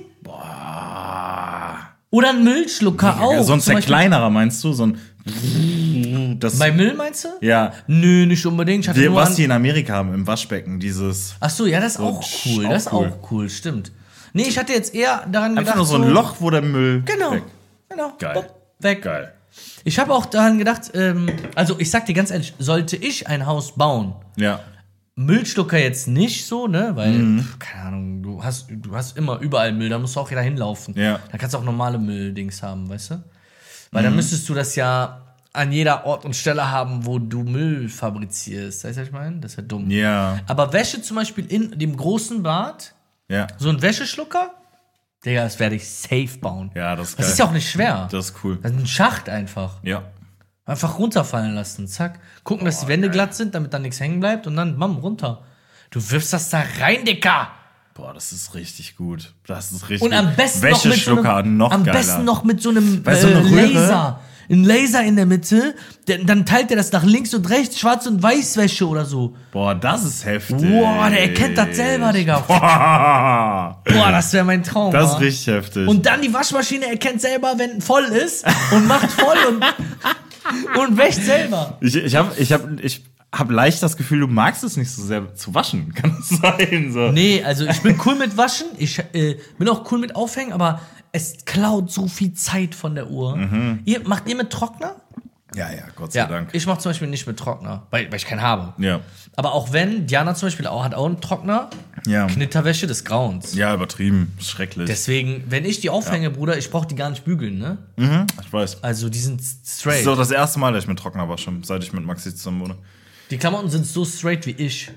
Oder ein Müllschlucker auch. Ja, so ein Zum Beispiel- zerkleinerer, meinst du? So ein. Das, Bei Müll meinst du? ja. Nö, nicht unbedingt. Ich hatte Die, nur was an- die in Amerika haben, im Waschbecken, dieses. Ach so, ja, das ist auch cool. auch Das ist cool. auch cool, stimmt. Nee, ich hatte jetzt eher daran gedacht. Einfach nur so ein Loch, wo der Müll. Genau. Weg. Genau. Geil. Bupp, weg. Geil. Ich habe auch daran gedacht, ähm, also ich sag dir ganz ehrlich, sollte ich ein Haus bauen, Ja. Müllschlucker jetzt nicht so, ne? Weil, Mhm. pf, keine Ahnung, du hast, du hast immer überall Müll, da musst du auch wieder hinlaufen. Ja. Da kannst du auch normale Mülldings haben, weißt du? Weil Mhm. dann müsstest du das ja an jeder Ort und Stelle haben, wo du Müll fabrizierst. Weißt du, was ich meine? Das ist ja dumm. Ja. Aber Wäsche zum Beispiel in dem großen Bad, Ja. so ein Wäscheschlucker, Digga, das werde ich safe bauen. Ja, das ist Das geil. ist ja auch nicht schwer. Das ist cool. Das ist ein Schacht einfach. Ja. Einfach runterfallen lassen, zack. Gucken, dass die Wände glatt sind, damit da nichts hängen bleibt und dann, bam, runter. Du wirfst das da rein, Dicker. Boah, das ist richtig gut. Das ist richtig Und am gut. besten noch mit so Wäscheschlucker, einem, noch am geiler. besten noch mit so einem Weil so eine äh, Röhre- Laser. Ein Laser in der Mitte, der, dann teilt er das nach links und rechts, Schwarz- und Weißwäsche oder so. Boah, das ist heftig. Boah, der erkennt das selber, Digga. Boah, Boah, das wäre mein Traum. das wa? ist richtig heftig. Und dann die Waschmaschine erkennt selber, wenn voll ist und macht voll und, und wäscht selber. ich ich habe ich hab, ich hab leicht das Gefühl, du magst es nicht so sehr zu waschen. Kann das sein? So. Nee, also ich bin cool mit Waschen, ich äh, bin auch cool mit Aufhängen, aber es klaut so viel Zeit von der Uhr. Mhm. Ihr, macht ihr mit Trockner? Ja, ja, Gott sei Ja, Dank. ich mache zum Beispiel nicht mit Trockner, weil, weil ich keinen habe. Ja. Aber auch wenn, Diana zum Beispiel auch, hat auch einen Trockner, Ja. Knitterwäsche des Grauens. Ja, übertrieben. Schrecklich. Deswegen, wenn ich die aufhänge, Bruder, ich brauche die gar nicht bügeln, ne? mhm, ich weiß. Also die sind Das straight. ist auch das erste Mal, dass ich mit Trockner wasche, seit ich mit Maxi zusammen wohne. Die Klamotten sind so straight wie ich.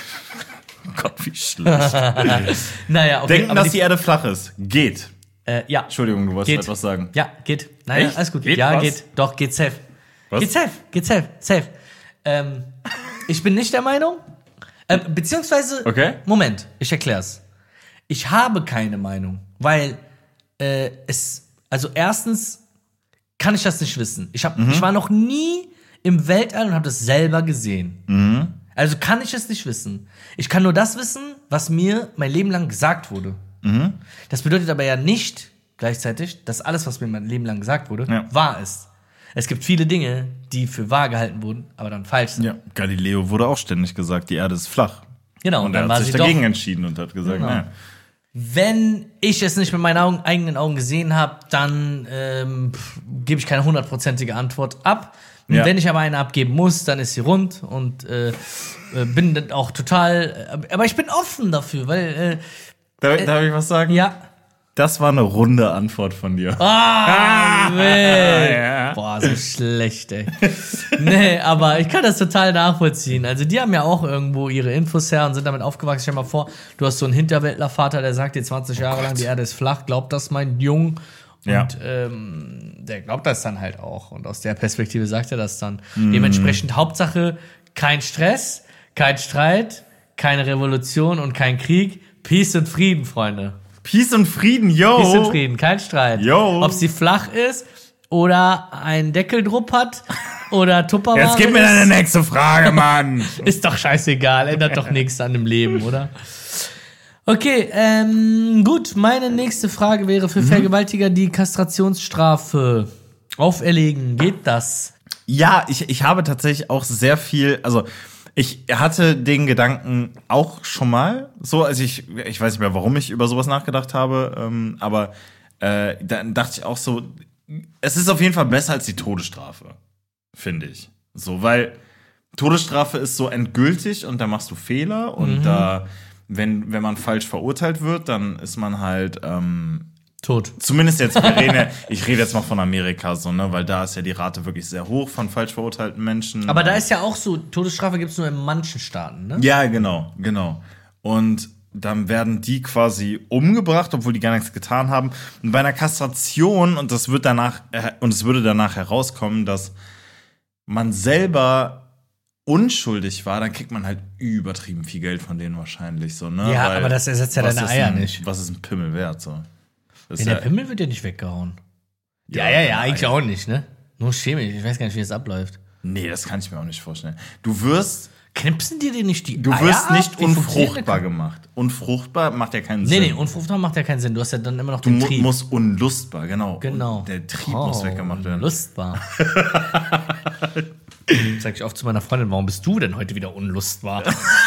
Oh Gott, wie schlecht. Naja, okay. Denken, aber dass die Erde flach ist. Geht. Äh, ja. Entschuldigung, du wolltest Geht. etwas sagen. Ja, geht. Naja, Echt? alles gut. Geht ja, was? geht. Doch, geht safe. Was? Geht safe. Geht safe. Safe. Ähm, ich bin nicht der Meinung. Äh, beziehungsweise. Okay. Moment, ich erklär's. Ich habe keine Meinung, weil äh, es. Also erstens kann ich das nicht wissen. Ich, hab, Mhm. ich war noch nie im Weltall und habe das selber gesehen. Mhm. Also kann ich es nicht wissen. Ich kann nur das wissen, was mir mein Leben lang gesagt wurde. Mhm. Das bedeutet aber ja nicht gleichzeitig, dass alles, was mir mein Leben lang gesagt wurde, Ja. wahr ist. Es gibt viele Dinge, die für wahr gehalten wurden, aber dann falsch sind. Ja, Galileo wurde auch ständig gesagt, die Erde ist flach. Genau, Und dann er war hat sich sie dagegen doch. entschieden und hat gesagt, Genau. naja. Wenn ich es nicht mit meinen Augen, eigenen Augen gesehen habe, dann ähm, pff, gebe ich keine hundertprozentige Antwort ab. Und Ja. wenn ich aber eine abgeben muss, dann ist sie rund und äh, äh, bin dann auch total. Äh, aber ich bin offen dafür, weil Darf, darf ich was äh, sagen? ja. Das war eine runde Antwort von dir. Ah, wild. Ja. Boah, so schlecht, ey. Nee, aber ich kann das total nachvollziehen. Also die haben ja auch irgendwo ihre Infos her und sind damit aufgewachsen. Stell dir mal vor, du hast so einen Hinterwäldlervater, der sagt dir zwanzig Jahre lang, die Erde ist flach, glaubt das mein Jung. Ja. Und ähm, der glaubt das dann halt auch. Und aus der Perspektive sagt er das dann. Dementsprechend Hauptsache kein Stress, kein Streit, keine Revolution und kein Krieg. Peace und Frieden, Freunde. Peace und Frieden, yo! Peace und Frieden, kein Streit. Yo. Ob sie flach ist oder einen Deckel drupp hat oder Tupperware Jetzt gib mir ist, deine nächste Frage, Mann! ist doch scheißegal, ändert doch nichts an dem Leben, oder? Okay, ähm, gut, meine nächste Frage wäre für Vergewaltiger die Kastrationsstrafe auferlegen. Geht das? Ja, ich, ich habe tatsächlich auch sehr viel, also ich hatte den Gedanken auch schon mal, so, also ich, ich weiß nicht mehr, warum ich über sowas nachgedacht habe, ähm, aber äh, dann dachte ich auch so, es ist auf jeden Fall besser als die Todesstrafe, finde ich. So, weil Todesstrafe ist so endgültig und da machst du Fehler und da, wenn, wenn man falsch verurteilt wird, dann ist man halt, ähm, Tot. zumindest jetzt, wir reden ja, ich rede jetzt mal von Amerika so, ne, weil da ist ja die Rate wirklich sehr hoch von falsch verurteilten Menschen. Aber da ist ja auch so, Todesstrafe gibt es nur in manchen Staaten, ne? Ja, genau, genau. Und dann werden die quasi umgebracht, obwohl die gar nichts getan haben. Und bei einer Kastration, und das wird danach, äh, und es würde danach herauskommen, dass man selber unschuldig war, dann kriegt man halt übertrieben viel Geld von denen wahrscheinlich so, ne? Ja, Weil aber das ersetzt ja was deine ist Eier ein, nicht. Was ist ein Pimmel wert, so? Das Ja, ist der ja- Pimmel wird ja nicht weggehauen. Ja, Ja, ja, ja, ja, eigentlich ja. auch nicht, ne? Nur chemisch, ich weiß gar nicht, wie das abläuft. Nee, das kann ich mir auch nicht vorstellen. Du wirst, Knipsen dir denn nicht die du Eier wirst ab? nicht Wie funktioniert unfruchtbar das? gemacht. Unfruchtbar macht ja keinen Nee, Sinn. nee, unfruchtbar macht ja keinen Sinn. Du hast ja dann immer noch Du den mu Trieb. musst unlustbar, genau. Genau. Und der Trieb muss weggemacht werden. Lustbar. Sag ich oft zu meiner Freundin, warum bist du denn heute wieder unlustbar?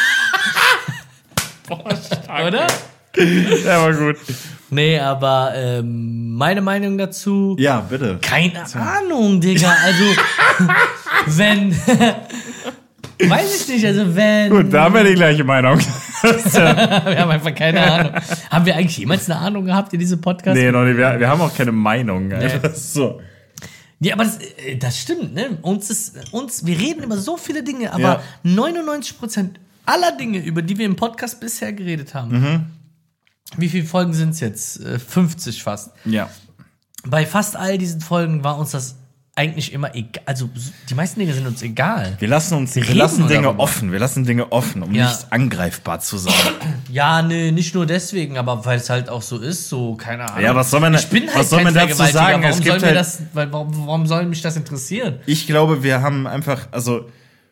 Oder? Ja, war gut. Nee, aber ähm, meine Meinung dazu. Ja, bitte. Keine Ahnung, Digga. Also, wenn. Weiß ich nicht, also wenn. Gut, da haben wir die gleiche Meinung. Wir haben einfach keine Ahnung. Haben wir eigentlich jemals eine Ahnung gehabt in diesem Podcast? Nee, noch nicht. Wir, wir haben auch keine Meinung. Alter. So. Ja, aber das, äh, das stimmt, ne? Uns ist, uns, wir reden über so viele Dinge, aber Ja. neunundneunzig Prozent aller Dinge, über die wir im Podcast bisher geredet haben. Mhm. Wie viele Folgen sind es jetzt? Äh, fünfzig fast. Ja. Bei fast all diesen Folgen war uns das eigentlich immer egal. Also die meisten Dinge sind uns egal. Wir lassen uns, wir, reden lassen nur Dinge darüber. offen. Wir lassen Dinge offen, um Ja. nicht angreifbar zu sein. Ja, nee, nicht nur deswegen, aber weil es halt auch so ist, so, keine Ahnung. Ja, was soll man- ich bin halt was soll kein man dazu Vergewaltiger. sagen? Warum Es soll gibt mir halt- das, weil, warum, warum soll mich das interessieren? Ich glaube, wir haben einfach, also,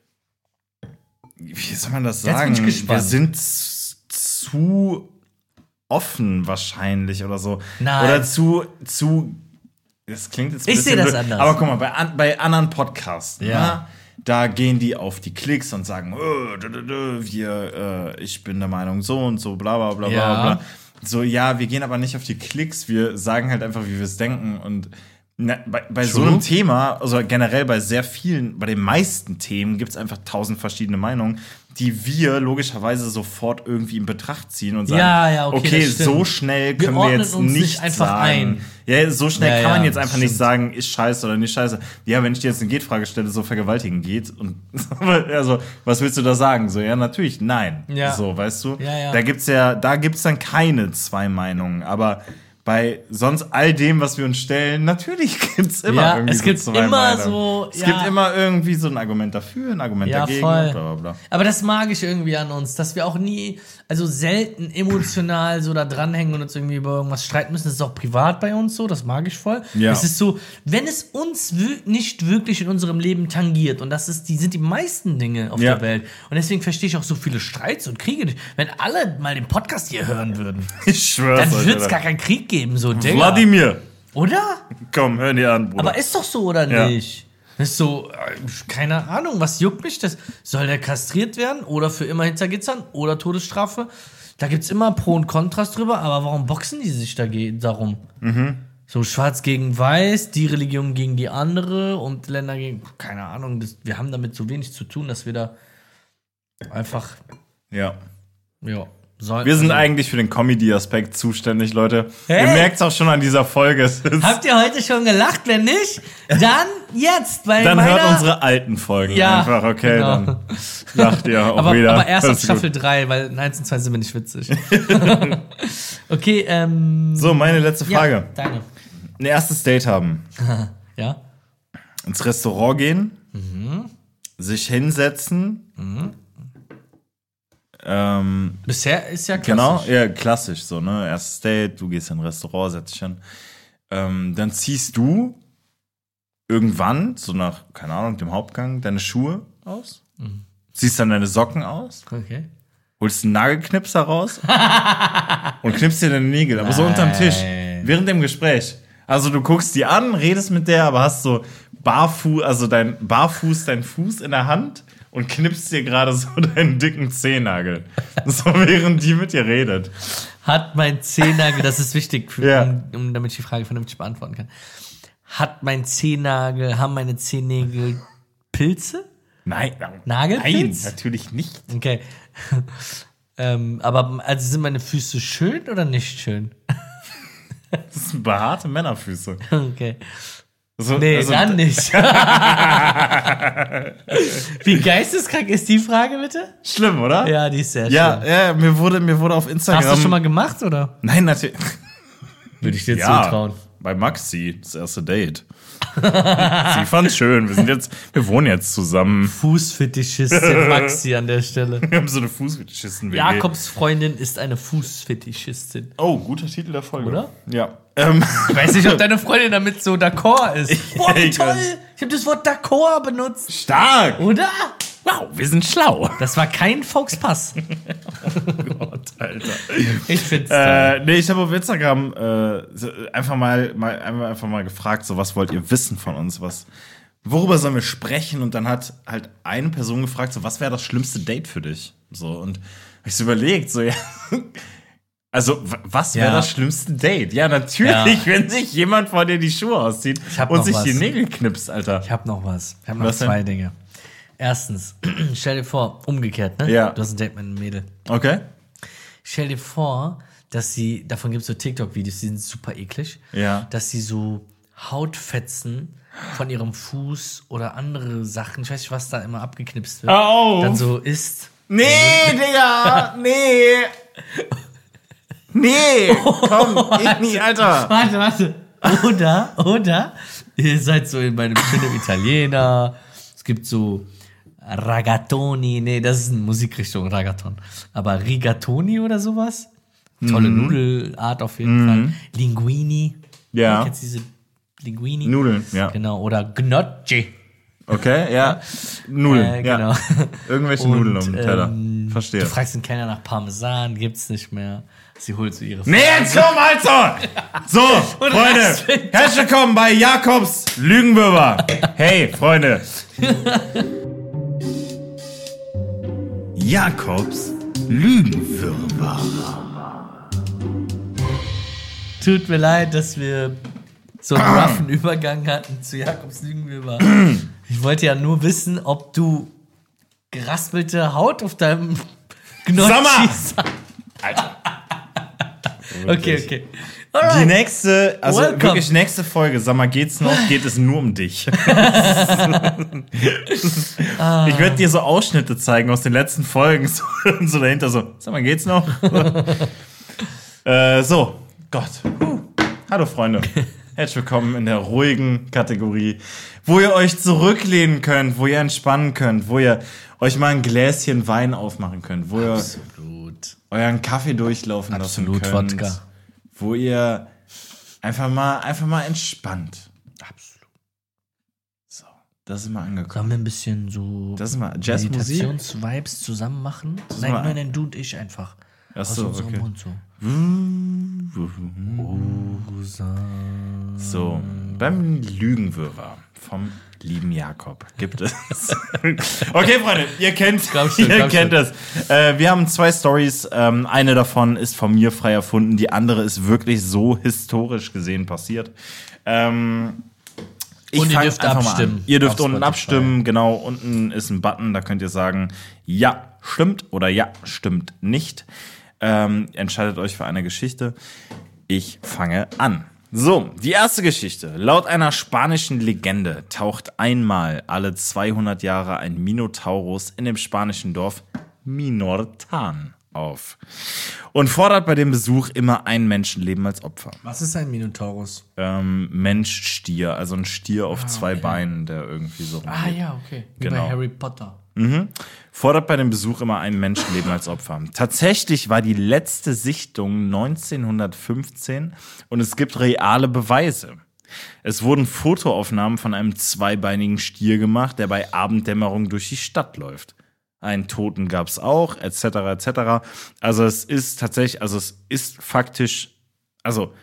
wie soll man das Jetzt bin sagen? ich gespannt. Wir sind z- zu offen wahrscheinlich oder so. Nein. Oder zu, zu, das klingt jetzt ein Ich bisschen sehe das blöd, anders. aber guck mal, bei, an, bei anderen Podcasts, Ja. ne, da gehen die auf die Klicks und sagen, oh, dö, dö, dö, wir, äh, ich bin der Meinung so und so, bla bla bla Ja. bla bla. So, ja, wir gehen aber nicht auf die Klicks, wir sagen halt einfach, wie wir es denken. Und na, bei, bei so True. einem Thema, also generell bei sehr vielen, bei den meisten Themen gibt es einfach tausend verschiedene Meinungen, die wir logischerweise sofort irgendwie in Betracht ziehen und sagen, Ja, ja, okay, das stimmt. so schnell Wir können wir, ordnen jetzt uns nicht nicht einfach sagen. ein. Ja, so schnell Ja, kann man ja, jetzt einfach das nicht stimmt. sagen, ist scheiße oder nicht scheiße. Ja, wenn ich dir jetzt eine Gehtfrage stelle, so vergewaltigen geht und also, was willst du da sagen? So, ja, natürlich, nein. Ja. So, weißt du? Ja, ja. Da gibt's ja, da gibt's dann keine zwei Meinungen, aber bei sonst all dem, was wir uns stellen, natürlich gibt's immer Ja, irgendwie es gibt so zwei immer Meinungen. so, Es ja. gibt immer irgendwie so ein Argument dafür, ein Argument Ja, dagegen, voll. bla bla bla. Aber das mag ich irgendwie an uns, dass wir auch nie, also selten emotional so da dranhängen und uns irgendwie über irgendwas streiten müssen. Das ist auch privat bei uns so, das mag ich voll. Ja. Es ist so, wenn es uns wü- nicht wirklich in unserem Leben tangiert, und das ist, die sind die meisten Dinge auf Ja. der Welt. Und deswegen verstehe ich auch so viele Streits und Kriege nicht. Wenn alle mal den Podcast hier hören würden, Ich schwör's dann euch, würde es Alter. gar keinen Krieg geben, so, Digga. Wladimir, Oder? komm, hör dir an, Bruder. Aber ist doch so, oder Ja. nicht? Das ist so, äh, keine Ahnung, was juckt mich das? Soll der kastriert werden oder für immer hinter Gittern oder Todesstrafe? Da gibt's immer Pro und Kontras drüber, aber warum boxen die sich dagegen, darum? Mhm. So schwarz gegen weiß, die Religion gegen die andere und Länder gegen, keine Ahnung, das, wir haben damit so wenig zu tun, dass wir da einfach, ja. ja, sollen. Wir sind also, eigentlich für den Comedy-Aspekt zuständig, Leute. Hey! Ihr merkt's auch schon an dieser Folge. Es ist, Habt ihr heute schon gelacht? Wenn nicht, dann jetzt bei dann meiner... hört unsere alten Folgen Ja, einfach, okay, genau. dann lacht ihr auch aber, wieder. aber erst ab Alles gut. Staffel drei, weil in eins und zwei sind wir nicht witzig. Okay, ähm. So, meine letzte Frage. Ja, deine. Ein erstes Date haben. Ja? Ins Restaurant gehen. Mhm. Sich hinsetzen. Ähm, Bisher ist ja genau, klassisch. ja, klassisch so, ne? Erstes Date, du gehst in ein Restaurant, setzt dich hin. Ähm, dann ziehst du irgendwann, so nach, keine Ahnung, dem Hauptgang, deine Schuhe aus. Mhm. Ziehst dann deine Socken aus. Okay. Holst einen Nagelknipser raus und knippst dir deine Nägel, aber so unterm Tisch, während dem Gespräch. Also du guckst die an, redest mit der, aber hast so Barfuß, also dein Barfuß, dein Fuß in der Hand und knippst dir gerade so deinen dicken Zehennagel. So während die mit dir redet. Hat mein Zehennagel, das ist wichtig, für, Ja. um, um, damit ich die Frage vernünftig beantworten kann. Hat mein Zehennagel, haben meine Zehennägel Pilze? Nein, Nagelpilz? nein, natürlich nicht. Okay. ähm, aber also sind meine Füße schön oder nicht schön? Das sind behaarte Männerfüße. Okay. So, Nee, also, dann nicht. Wie geisteskrank ist die Frage, bitte? Schlimm, oder? Ja, die ist sehr Ja, schön. ja, mir wurde, mir wurde auf Instagram. Hast du schon mal gemacht, oder? Nein, natürlich. Würde ich dir Ja, zutrauen. bei Maxi, das erste Date. Sie fand's schön. Wir sind jetzt, wir wohnen jetzt zusammen. Fußfetischistin Maxi an der Stelle. Wir haben so eine Fußfetischisten-W G. Jakobs Freundin ist eine Fußfetischistin. Oh, guter Titel der Folge. Oder? Ja. Ähm, Ich weiß nicht, ob deine Freundin damit so d'accord ist. Boah, wie ich toll! weiß. Ich habe das Wort d'accord benutzt. stark! Oder? Wow, wir sind schlau. Das war kein Volkspass. Gott, Alter. Ich find's toll. Äh, nee, ich habe auf Instagram äh, so einfach mal, mal einfach, einfach mal gefragt, so was wollt ihr wissen von uns, was worüber sollen wir sprechen? Und dann hat halt eine Person gefragt, so was wäre das schlimmste Date für dich? So und hab ich so überlegt, so ja. Also, w- was wäre Ja. das schlimmste Date? Ja, natürlich, Ja. wenn sich jemand vor dir die Schuhe auszieht Ich hab und noch sich was. die Nägel knipst, Alter. Ich habe noch was. Ich habe noch Was denn? zwei Dinge. Erstens, stell dir vor, umgekehrt, ne? Ja. Du hast ein Date mit einem Mädel. Okay? Stell dir vor, dass sie, davon gibt es so TikTok-Videos, die sind super eklig, Ja. dass sie so Hautfetzen von ihrem Fuß oder andere Sachen, ich weiß nicht, was da immer abgeknipst wird, Au! dann so isst. Nee, Digga, nee. Nee, komm, ich nicht, Alter. Warte, warte. Oder, oder Ihr seid so bei einem schönen Italiener. Es gibt so Ragatoni. Nee, das ist eine Musikrichtung, Ragaton. Aber Rigatoni oder sowas? Tolle Mhm. Nudelart auf jeden Mhm. Fall. Linguini. Ja. Kennst du diese Linguini? Nudeln, ja. Genau. Oder Gnocchi. Okay, ja. Nudeln, Äh, genau. ja. Irgendwelche Und, Nudeln auf dem Teller. ähm, Verstehe. Du fragst den Kellner nach Parmesan, gibt's nicht mehr. Sie holt so ihre Nee, jetzt komm, Alter! So, Freunde, herzlich willkommen bei Jakobs Lügenwürmer. Hey, Freunde. Jakobs Lügenwürmer. Tut mir leid, dass wir so einen roughen Übergang hatten zu Jakobs Lügenwürmer. Ich wollte ja nur wissen, ob du geraspelte Haut auf deinem Gnocchi hast. Alter. Okay, okay. Die Alright. nächste, also Welcome. wirklich nächste Folge, sag mal, geht's noch? Geht es nur um dich? Ich werde dir so Ausschnitte zeigen aus den letzten Folgen, so, so dahinter so, sag mal, geht's noch? äh, so, Gott. Huh. Hallo Freunde. Herzlich willkommen in der ruhigen Kategorie, wo ihr euch zurücklehnen könnt, wo ihr entspannen könnt, wo ihr euch mal ein Gläschen Wein aufmachen könnt, wo ihr Absolut. euren Kaffee durchlaufen Absolut lassen könnt, Wodka. wo ihr einfach mal, einfach mal entspannt. Absolut. So, das ist mal angekommen. Sollen wir ein bisschen so Das ist mal Jazzmusik. Meditations-Vibes zusammen machen? ist Nein, mal- nein, nein, du und ich einfach. Ach Aus so, unserem okay. Mund so. So, beim Lügenwürmer vom lieben Jakob gibt es. Okay, Freunde, ihr kennt, Komm schon, ihr komm kennt es. Äh, wir haben zwei Stories. Ähm, eine davon ist von mir frei erfunden. Die andere ist wirklich so historisch gesehen passiert. Ähm, ich Und ihr fang dürft einfach mal abstimmen an. Ihr dürft auf unten Spotify. abstimmen. Genau, unten ist ein Button. Da könnt ihr sagen, ja, stimmt oder ja, stimmt nicht. Ähm, entscheidet euch für eine Geschichte. Ich fange an. So, die erste Geschichte. Laut einer spanischen Legende taucht einmal alle zweihundert Jahre ein Minotaurus in dem spanischen Dorf Minortan auf und fordert bei dem Besuch immer ein Menschenleben als Opfer. Was ist ein Minotaurus? Ähm, Mensch-Stier, also ein Stier auf zwei okay. Beinen, der irgendwie so Ah rumgeht. ja, okay. Wie Genau. bei Harry Potter. Mhm. Fordert bei dem Besuch immer ein Menschenleben als Opfer. Tatsächlich war die letzte Sichtung neunzehnhundertfünfzehn und es gibt reale Beweise. Es wurden Fotoaufnahmen von einem zweibeinigen Stier gemacht, der bei Abenddämmerung durch die Stadt läuft. Einen Toten gab es auch, et cetera et cetera. Also es ist tatsächlich, also es ist faktisch, also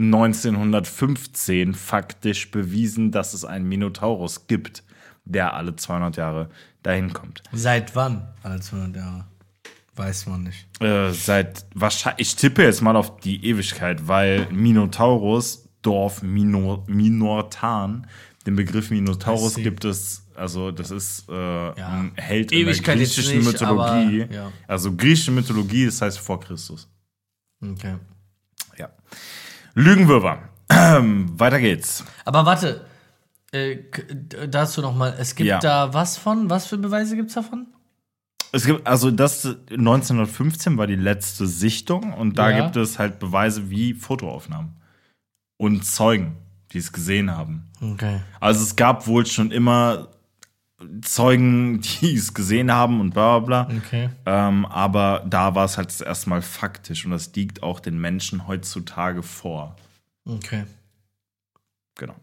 neunzehnhundertfünfzehn faktisch bewiesen, dass es einen Minotaurus gibt, der alle zweihundert Jahre dahin kommt. Seit wann? Alle zweihundert Jahre. Weiß man nicht. Äh, seit wahrscheinlich, ich tippe jetzt mal auf die Ewigkeit, weil Minotaurus, Dorf Minor, Minortan, den Begriff Minotaurus I see. gibt es, also das ist äh, ein Held Ewigkeit in der jetzt griechischen nicht, Mythologie. aber, ja. Also griechische Mythologie, das heißt vor Christus. Okay. Ja. Lügenwürmer. Weiter geht's. Aber warte, äh, k- d- dazu noch mal. Es gibt Ja. da was von? Was für Beweise gibt's davon? Es gibt, also das neunzehnhundertfünfzehn war die letzte Sichtung und da Ja. gibt es halt Beweise wie Fotoaufnahmen und Zeugen, die es gesehen haben. Okay. Also es gab wohl schon immer Zeugen, die es gesehen haben und bla bla bla. Okay. Ähm, aber da war es halt das erste Mal faktisch und das liegt auch den Menschen heutzutage vor. Okay. Genau.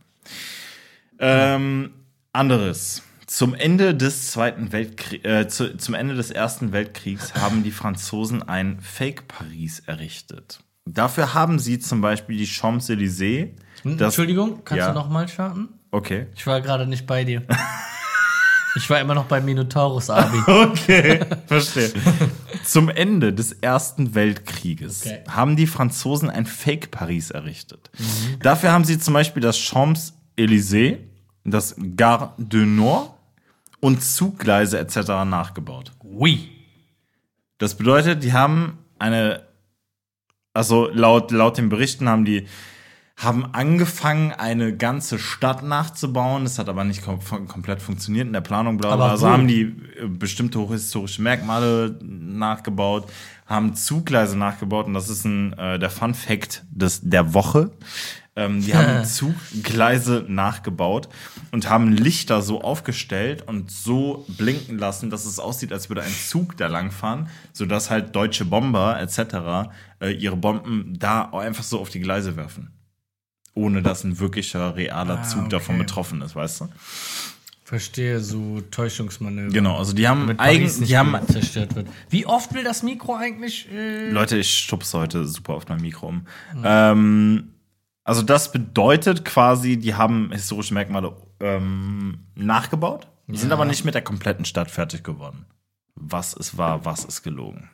Ähm, anderes. Zum Ende des Zweiten Weltkriegs, äh, zu, zum Ende des Ersten Weltkriegs haben die Franzosen ein Fake Paris errichtet. Dafür haben sie zum Beispiel die Champs-Élysées. das- Entschuldigung, kannst Ja. du noch mal starten? Okay. Ich war gerade nicht bei dir. Ich war immer noch bei Minotaurus, Abi. Okay, verstehe. Zum Ende des Ersten Weltkrieges Okay. haben die Franzosen ein Fake Paris errichtet. Dafür haben sie zum Beispiel das Champs-Élysées, das Gare du Nord und Zuggleise et cetera nachgebaut. Oui. Das bedeutet, die haben eine, also laut, laut den Berichten haben die haben angefangen, eine ganze Stadt nachzubauen. Das hat aber nicht kom komplett funktioniert in der Planung. Bla, bla. Aber Also wo? haben die äh, bestimmte hochhistorische Merkmale nachgebaut, haben Zuggleise nachgebaut. Und das ist ein, äh, der Fun Fact des, der Woche. Ähm, die haben Zuggleise nachgebaut und haben Lichter so aufgestellt und so blinken lassen, dass es aussieht, als würde ein Zug da langfahren, sodass halt deutsche Bomber et cetera äh, ihre Bomben da einfach so auf die Gleise werfen. Ohne dass ein wirklicher, realer Ah, Zug okay. davon betroffen ist, weißt du? Verstehe, so Täuschungsmanöver. Genau, also die haben Damit Paris eigentlich, nicht die haben, zerstört wird. Wie oft will das Mikro eigentlich? Äh Leute, ich stupse heute super auf mein Mikro um. Mhm. Ähm, also das bedeutet quasi, die haben historische Merkmale ähm, nachgebaut, ja. sind aber nicht mit der kompletten Stadt fertig geworden. Was ist wahr, was ist gelogen?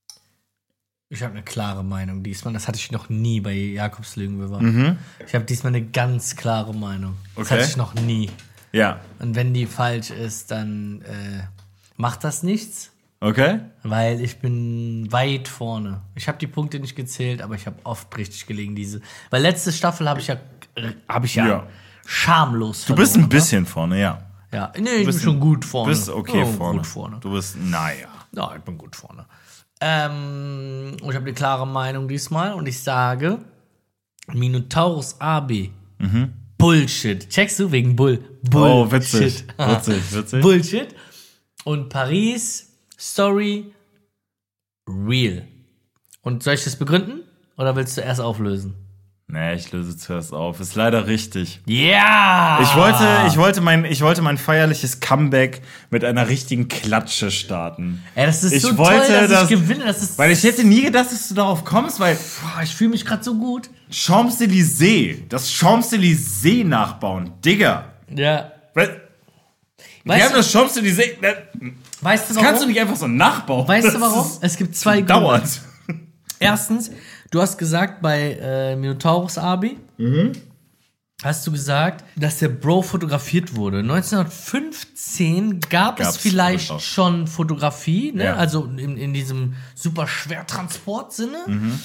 Ich habe eine klare Meinung diesmal. Das hatte ich noch nie bei Jakobslügen bewahrt. Mhm. Ich habe diesmal eine ganz klare Meinung. Das Okay. hatte ich noch nie. Ja. Und wenn die falsch ist, dann äh, macht das nichts, Okay. weil ich bin weit vorne. Ich habe die Punkte nicht gezählt, aber ich habe oft richtig gelegen diese. Weil letzte Staffel habe ich ja, habe ich ja, Ja. schamlos Du bist ein bisschen vorne, ja. Ja, nee, ich bin bist schon ein- gut vorne. Du bist okay ja, vorne. Gut vorne. Du bist, naja. Ja, ich bin gut vorne. Ähm, ich habe eine klare Meinung diesmal und ich sage Minotaurus A B. Mhm. Bullshit. Checkst du? Wegen Bull. Bullshit. Oh, witzig. Witzig, witzig. Bullshit. Und Paris, Story, real. Und soll ich das begründen? Oder willst du erst auflösen? Nee, ich löse zuerst auf. Ist leider richtig. Ja! Ich wollte, ich wollte mein, ich wollte mein feierliches Comeback mit einer richtigen Klatsche starten. Ey, das ist ich so wollte toll, dass das, ich gewinne. Das ist, Weil ich hätte nie gedacht, dass du darauf kommst, weil boah, ich fühle mich gerade so gut. Champs-Élysées, das Champs-Élysées nachbauen, Digga. Ja. Wir Weißt haben du- das Champs-Élysées, das Weißt du warum? kannst du nicht einfach so nachbauen. Weißt das du warum? ist- Es gibt zwei Gründe. Dauert. Erstens, du hast gesagt, bei äh, Minotaurus Abi, hast du gesagt, dass der Bro fotografiert wurde. neunzehnhundertfünfzehn gab Gab's es vielleicht vielleicht auch. schon Fotografie, ne? Ja. Also in, in diesem super Schwertransport-Sinne.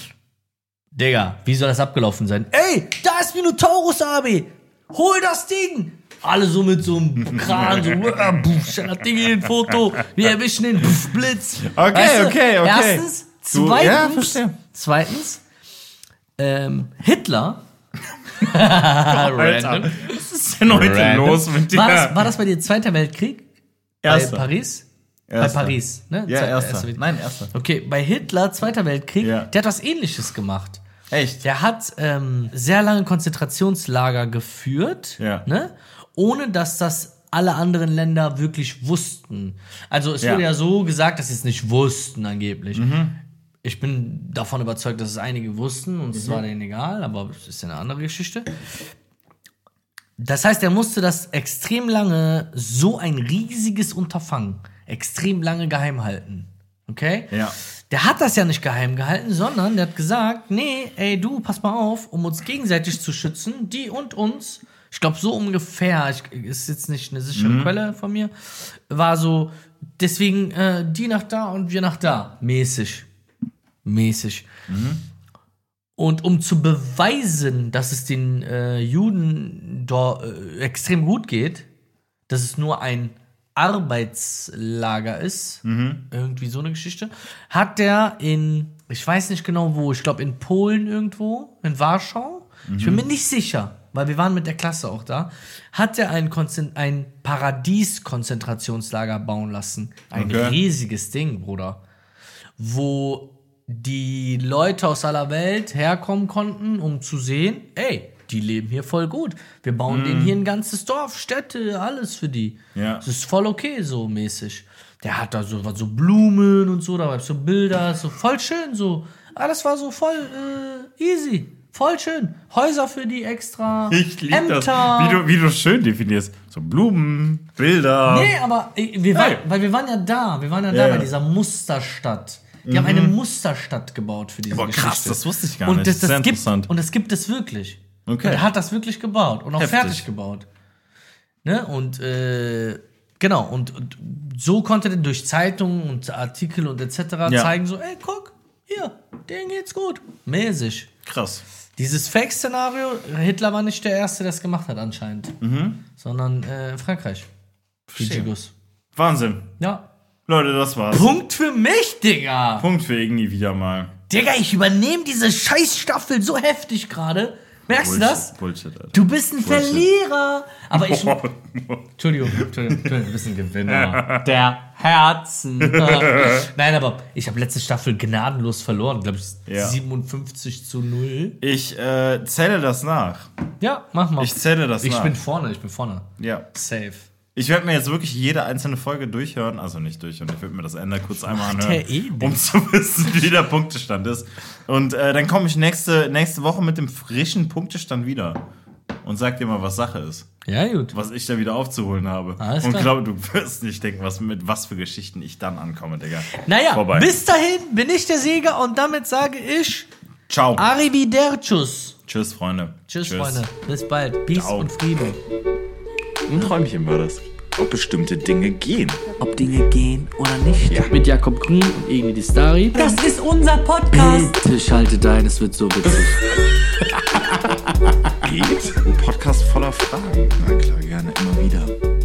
Digga, wie soll das abgelaufen sein? Ey, da ist Minotaurus Abi! Hol das Ding! Alle so mit so einem Kran, so, äh, puff, stell das Ding in ein Foto, wir erwischen den puff, Blitz. Okay, Weißt du, okay, okay. Erstens, Du- zweitens, ja, verstehe. zweitens, ähm, Hitler. Alter, Random. was ist denn heute Random. los mit dir? War das, war das bei dir Zweiter Weltkrieg? Erster. Bei Paris? Erster. Bei Paris, ne? Ja, Ze- erster. Weltkrieg. Nein, erster. Okay, bei Hitler, Zweiter Weltkrieg, Ja. der hat was Ähnliches gemacht. Echt? Der hat ähm, sehr lange Konzentrationslager geführt, Ja. ne? Ohne dass das alle anderen Länder wirklich wussten. Also es Ja. wurde ja so gesagt, dass sie es nicht wussten angeblich. Ich bin davon überzeugt, dass es einige wussten und es war denen egal, aber es ist ja eine andere Geschichte. Das heißt, er musste das extrem lange, so ein riesiges Unterfangen, extrem lange geheim halten. Okay? Ja. Der hat das ja nicht geheim gehalten, sondern der hat gesagt, nee, ey, du, pass mal auf, um uns gegenseitig zu schützen, die und uns, ich glaube so ungefähr, ich, ist jetzt nicht eine sichere Quelle von mir, war so, deswegen äh, die nach da und wir nach da, mäßig. Mäßig. Und um zu beweisen, dass es den äh, Juden dort äh, extrem gut geht, dass es nur ein Arbeitslager ist, irgendwie so eine Geschichte, hat der in, ich weiß nicht genau wo, ich glaube in Polen irgendwo, in Warschau, ich bin mir nicht sicher, weil wir waren mit der Klasse auch da, hat er ein, Konzent- ein Paradies-Konzentrationslager bauen lassen. Ein Okay. riesiges Ding, Bruder. Wo die Leute aus aller Welt herkommen konnten, um zu sehen, ey, die leben hier voll gut. Wir bauen denen hier ein ganzes Dorf, Städte, alles für die. Ja. Das ist voll okay, so mäßig. Der hat da so, so Blumen und so, da war so Bilder, so voll schön, so. Alles war so voll äh, easy. Voll schön. Häuser für die extra. Ich liebe Ämter. das, wie du, wie du schön definierst. So Blumen, Bilder. Nee, aber äh, wir waren, Hey. weil wir waren ja da. Wir waren ja, Ja, da ja. bei dieser Musterstadt. Die haben eine Musterstadt gebaut für diese Boah, Geschichte. krass, das wusste ich gar und nicht. Das, das Sehr gibt, interessant. und das gibt es wirklich. Okay. Und er hat das wirklich gebaut und auch Heftig. fertig gebaut. Ne? Und äh, genau, und, und so konnte er durch Zeitungen und Artikel und et cetera Ja. zeigen, so, ey, guck, hier, denen geht's gut. Mäßig. Krass. Dieses Fake-Szenario, Hitler war nicht der Erste, der es gemacht hat anscheinend. Sondern äh, Frankreich. Die Verstehe. Jigos. Wahnsinn. Ja. Leute, das war's. Punkt für mich, Digga. Punkt für irgendwie wieder mal. Digga, ich übernehme diese Scheißstaffel so heftig gerade. Merkst Bullshit, du das? Bullshit, Alter. Du bist ein Bullshit. Verlierer. Aber ich... Entschuldigung, Entschuldigung, Entschuldigung, du bist ein Gewinner. Der Herzen. Nein, aber ich habe letzte Staffel gnadenlos verloren. Glaube ich, Ja. siebenundfünfzig zu null. Ich äh, zähle das nach. Ja, mach mal. Ich zähle das Ich nach. bin vorne, ich bin vorne. Ja. Safe. Ich werde mir jetzt wirklich jede einzelne Folge durchhören. Also nicht durchhören, ich werde mir das Ende kurz einmal Macht anhören, der eh nicht. um zu wissen, wie der Punktestand ist. Und äh, dann komme ich nächste, nächste Woche mit dem frischen Punktestand wieder. Und sag dir mal, was Sache ist. Ja, gut. Was ich da wieder aufzuholen habe. Alles und klar. glaube, du wirst nicht denken, was, mit was für Geschichten ich dann ankomme, Digga. Naja, Vorbei. bis dahin bin ich der Sieger und damit sage ich Ciao. Arrivederci. Tschüss, Freunde. Tschüss, Freunde. Bis bald. Peace Ciao. und Frieden. Ein Träumchen war das. Ob bestimmte Dinge gehen. Ob Dinge gehen oder nicht. Ja. Mit Jakob Grün und Egni Distari. Das ist unser Podcast. Bitte schaltet ein, es wird so witzig. Geht? Ein Podcast voller Fragen. Na klar, gerne immer wieder.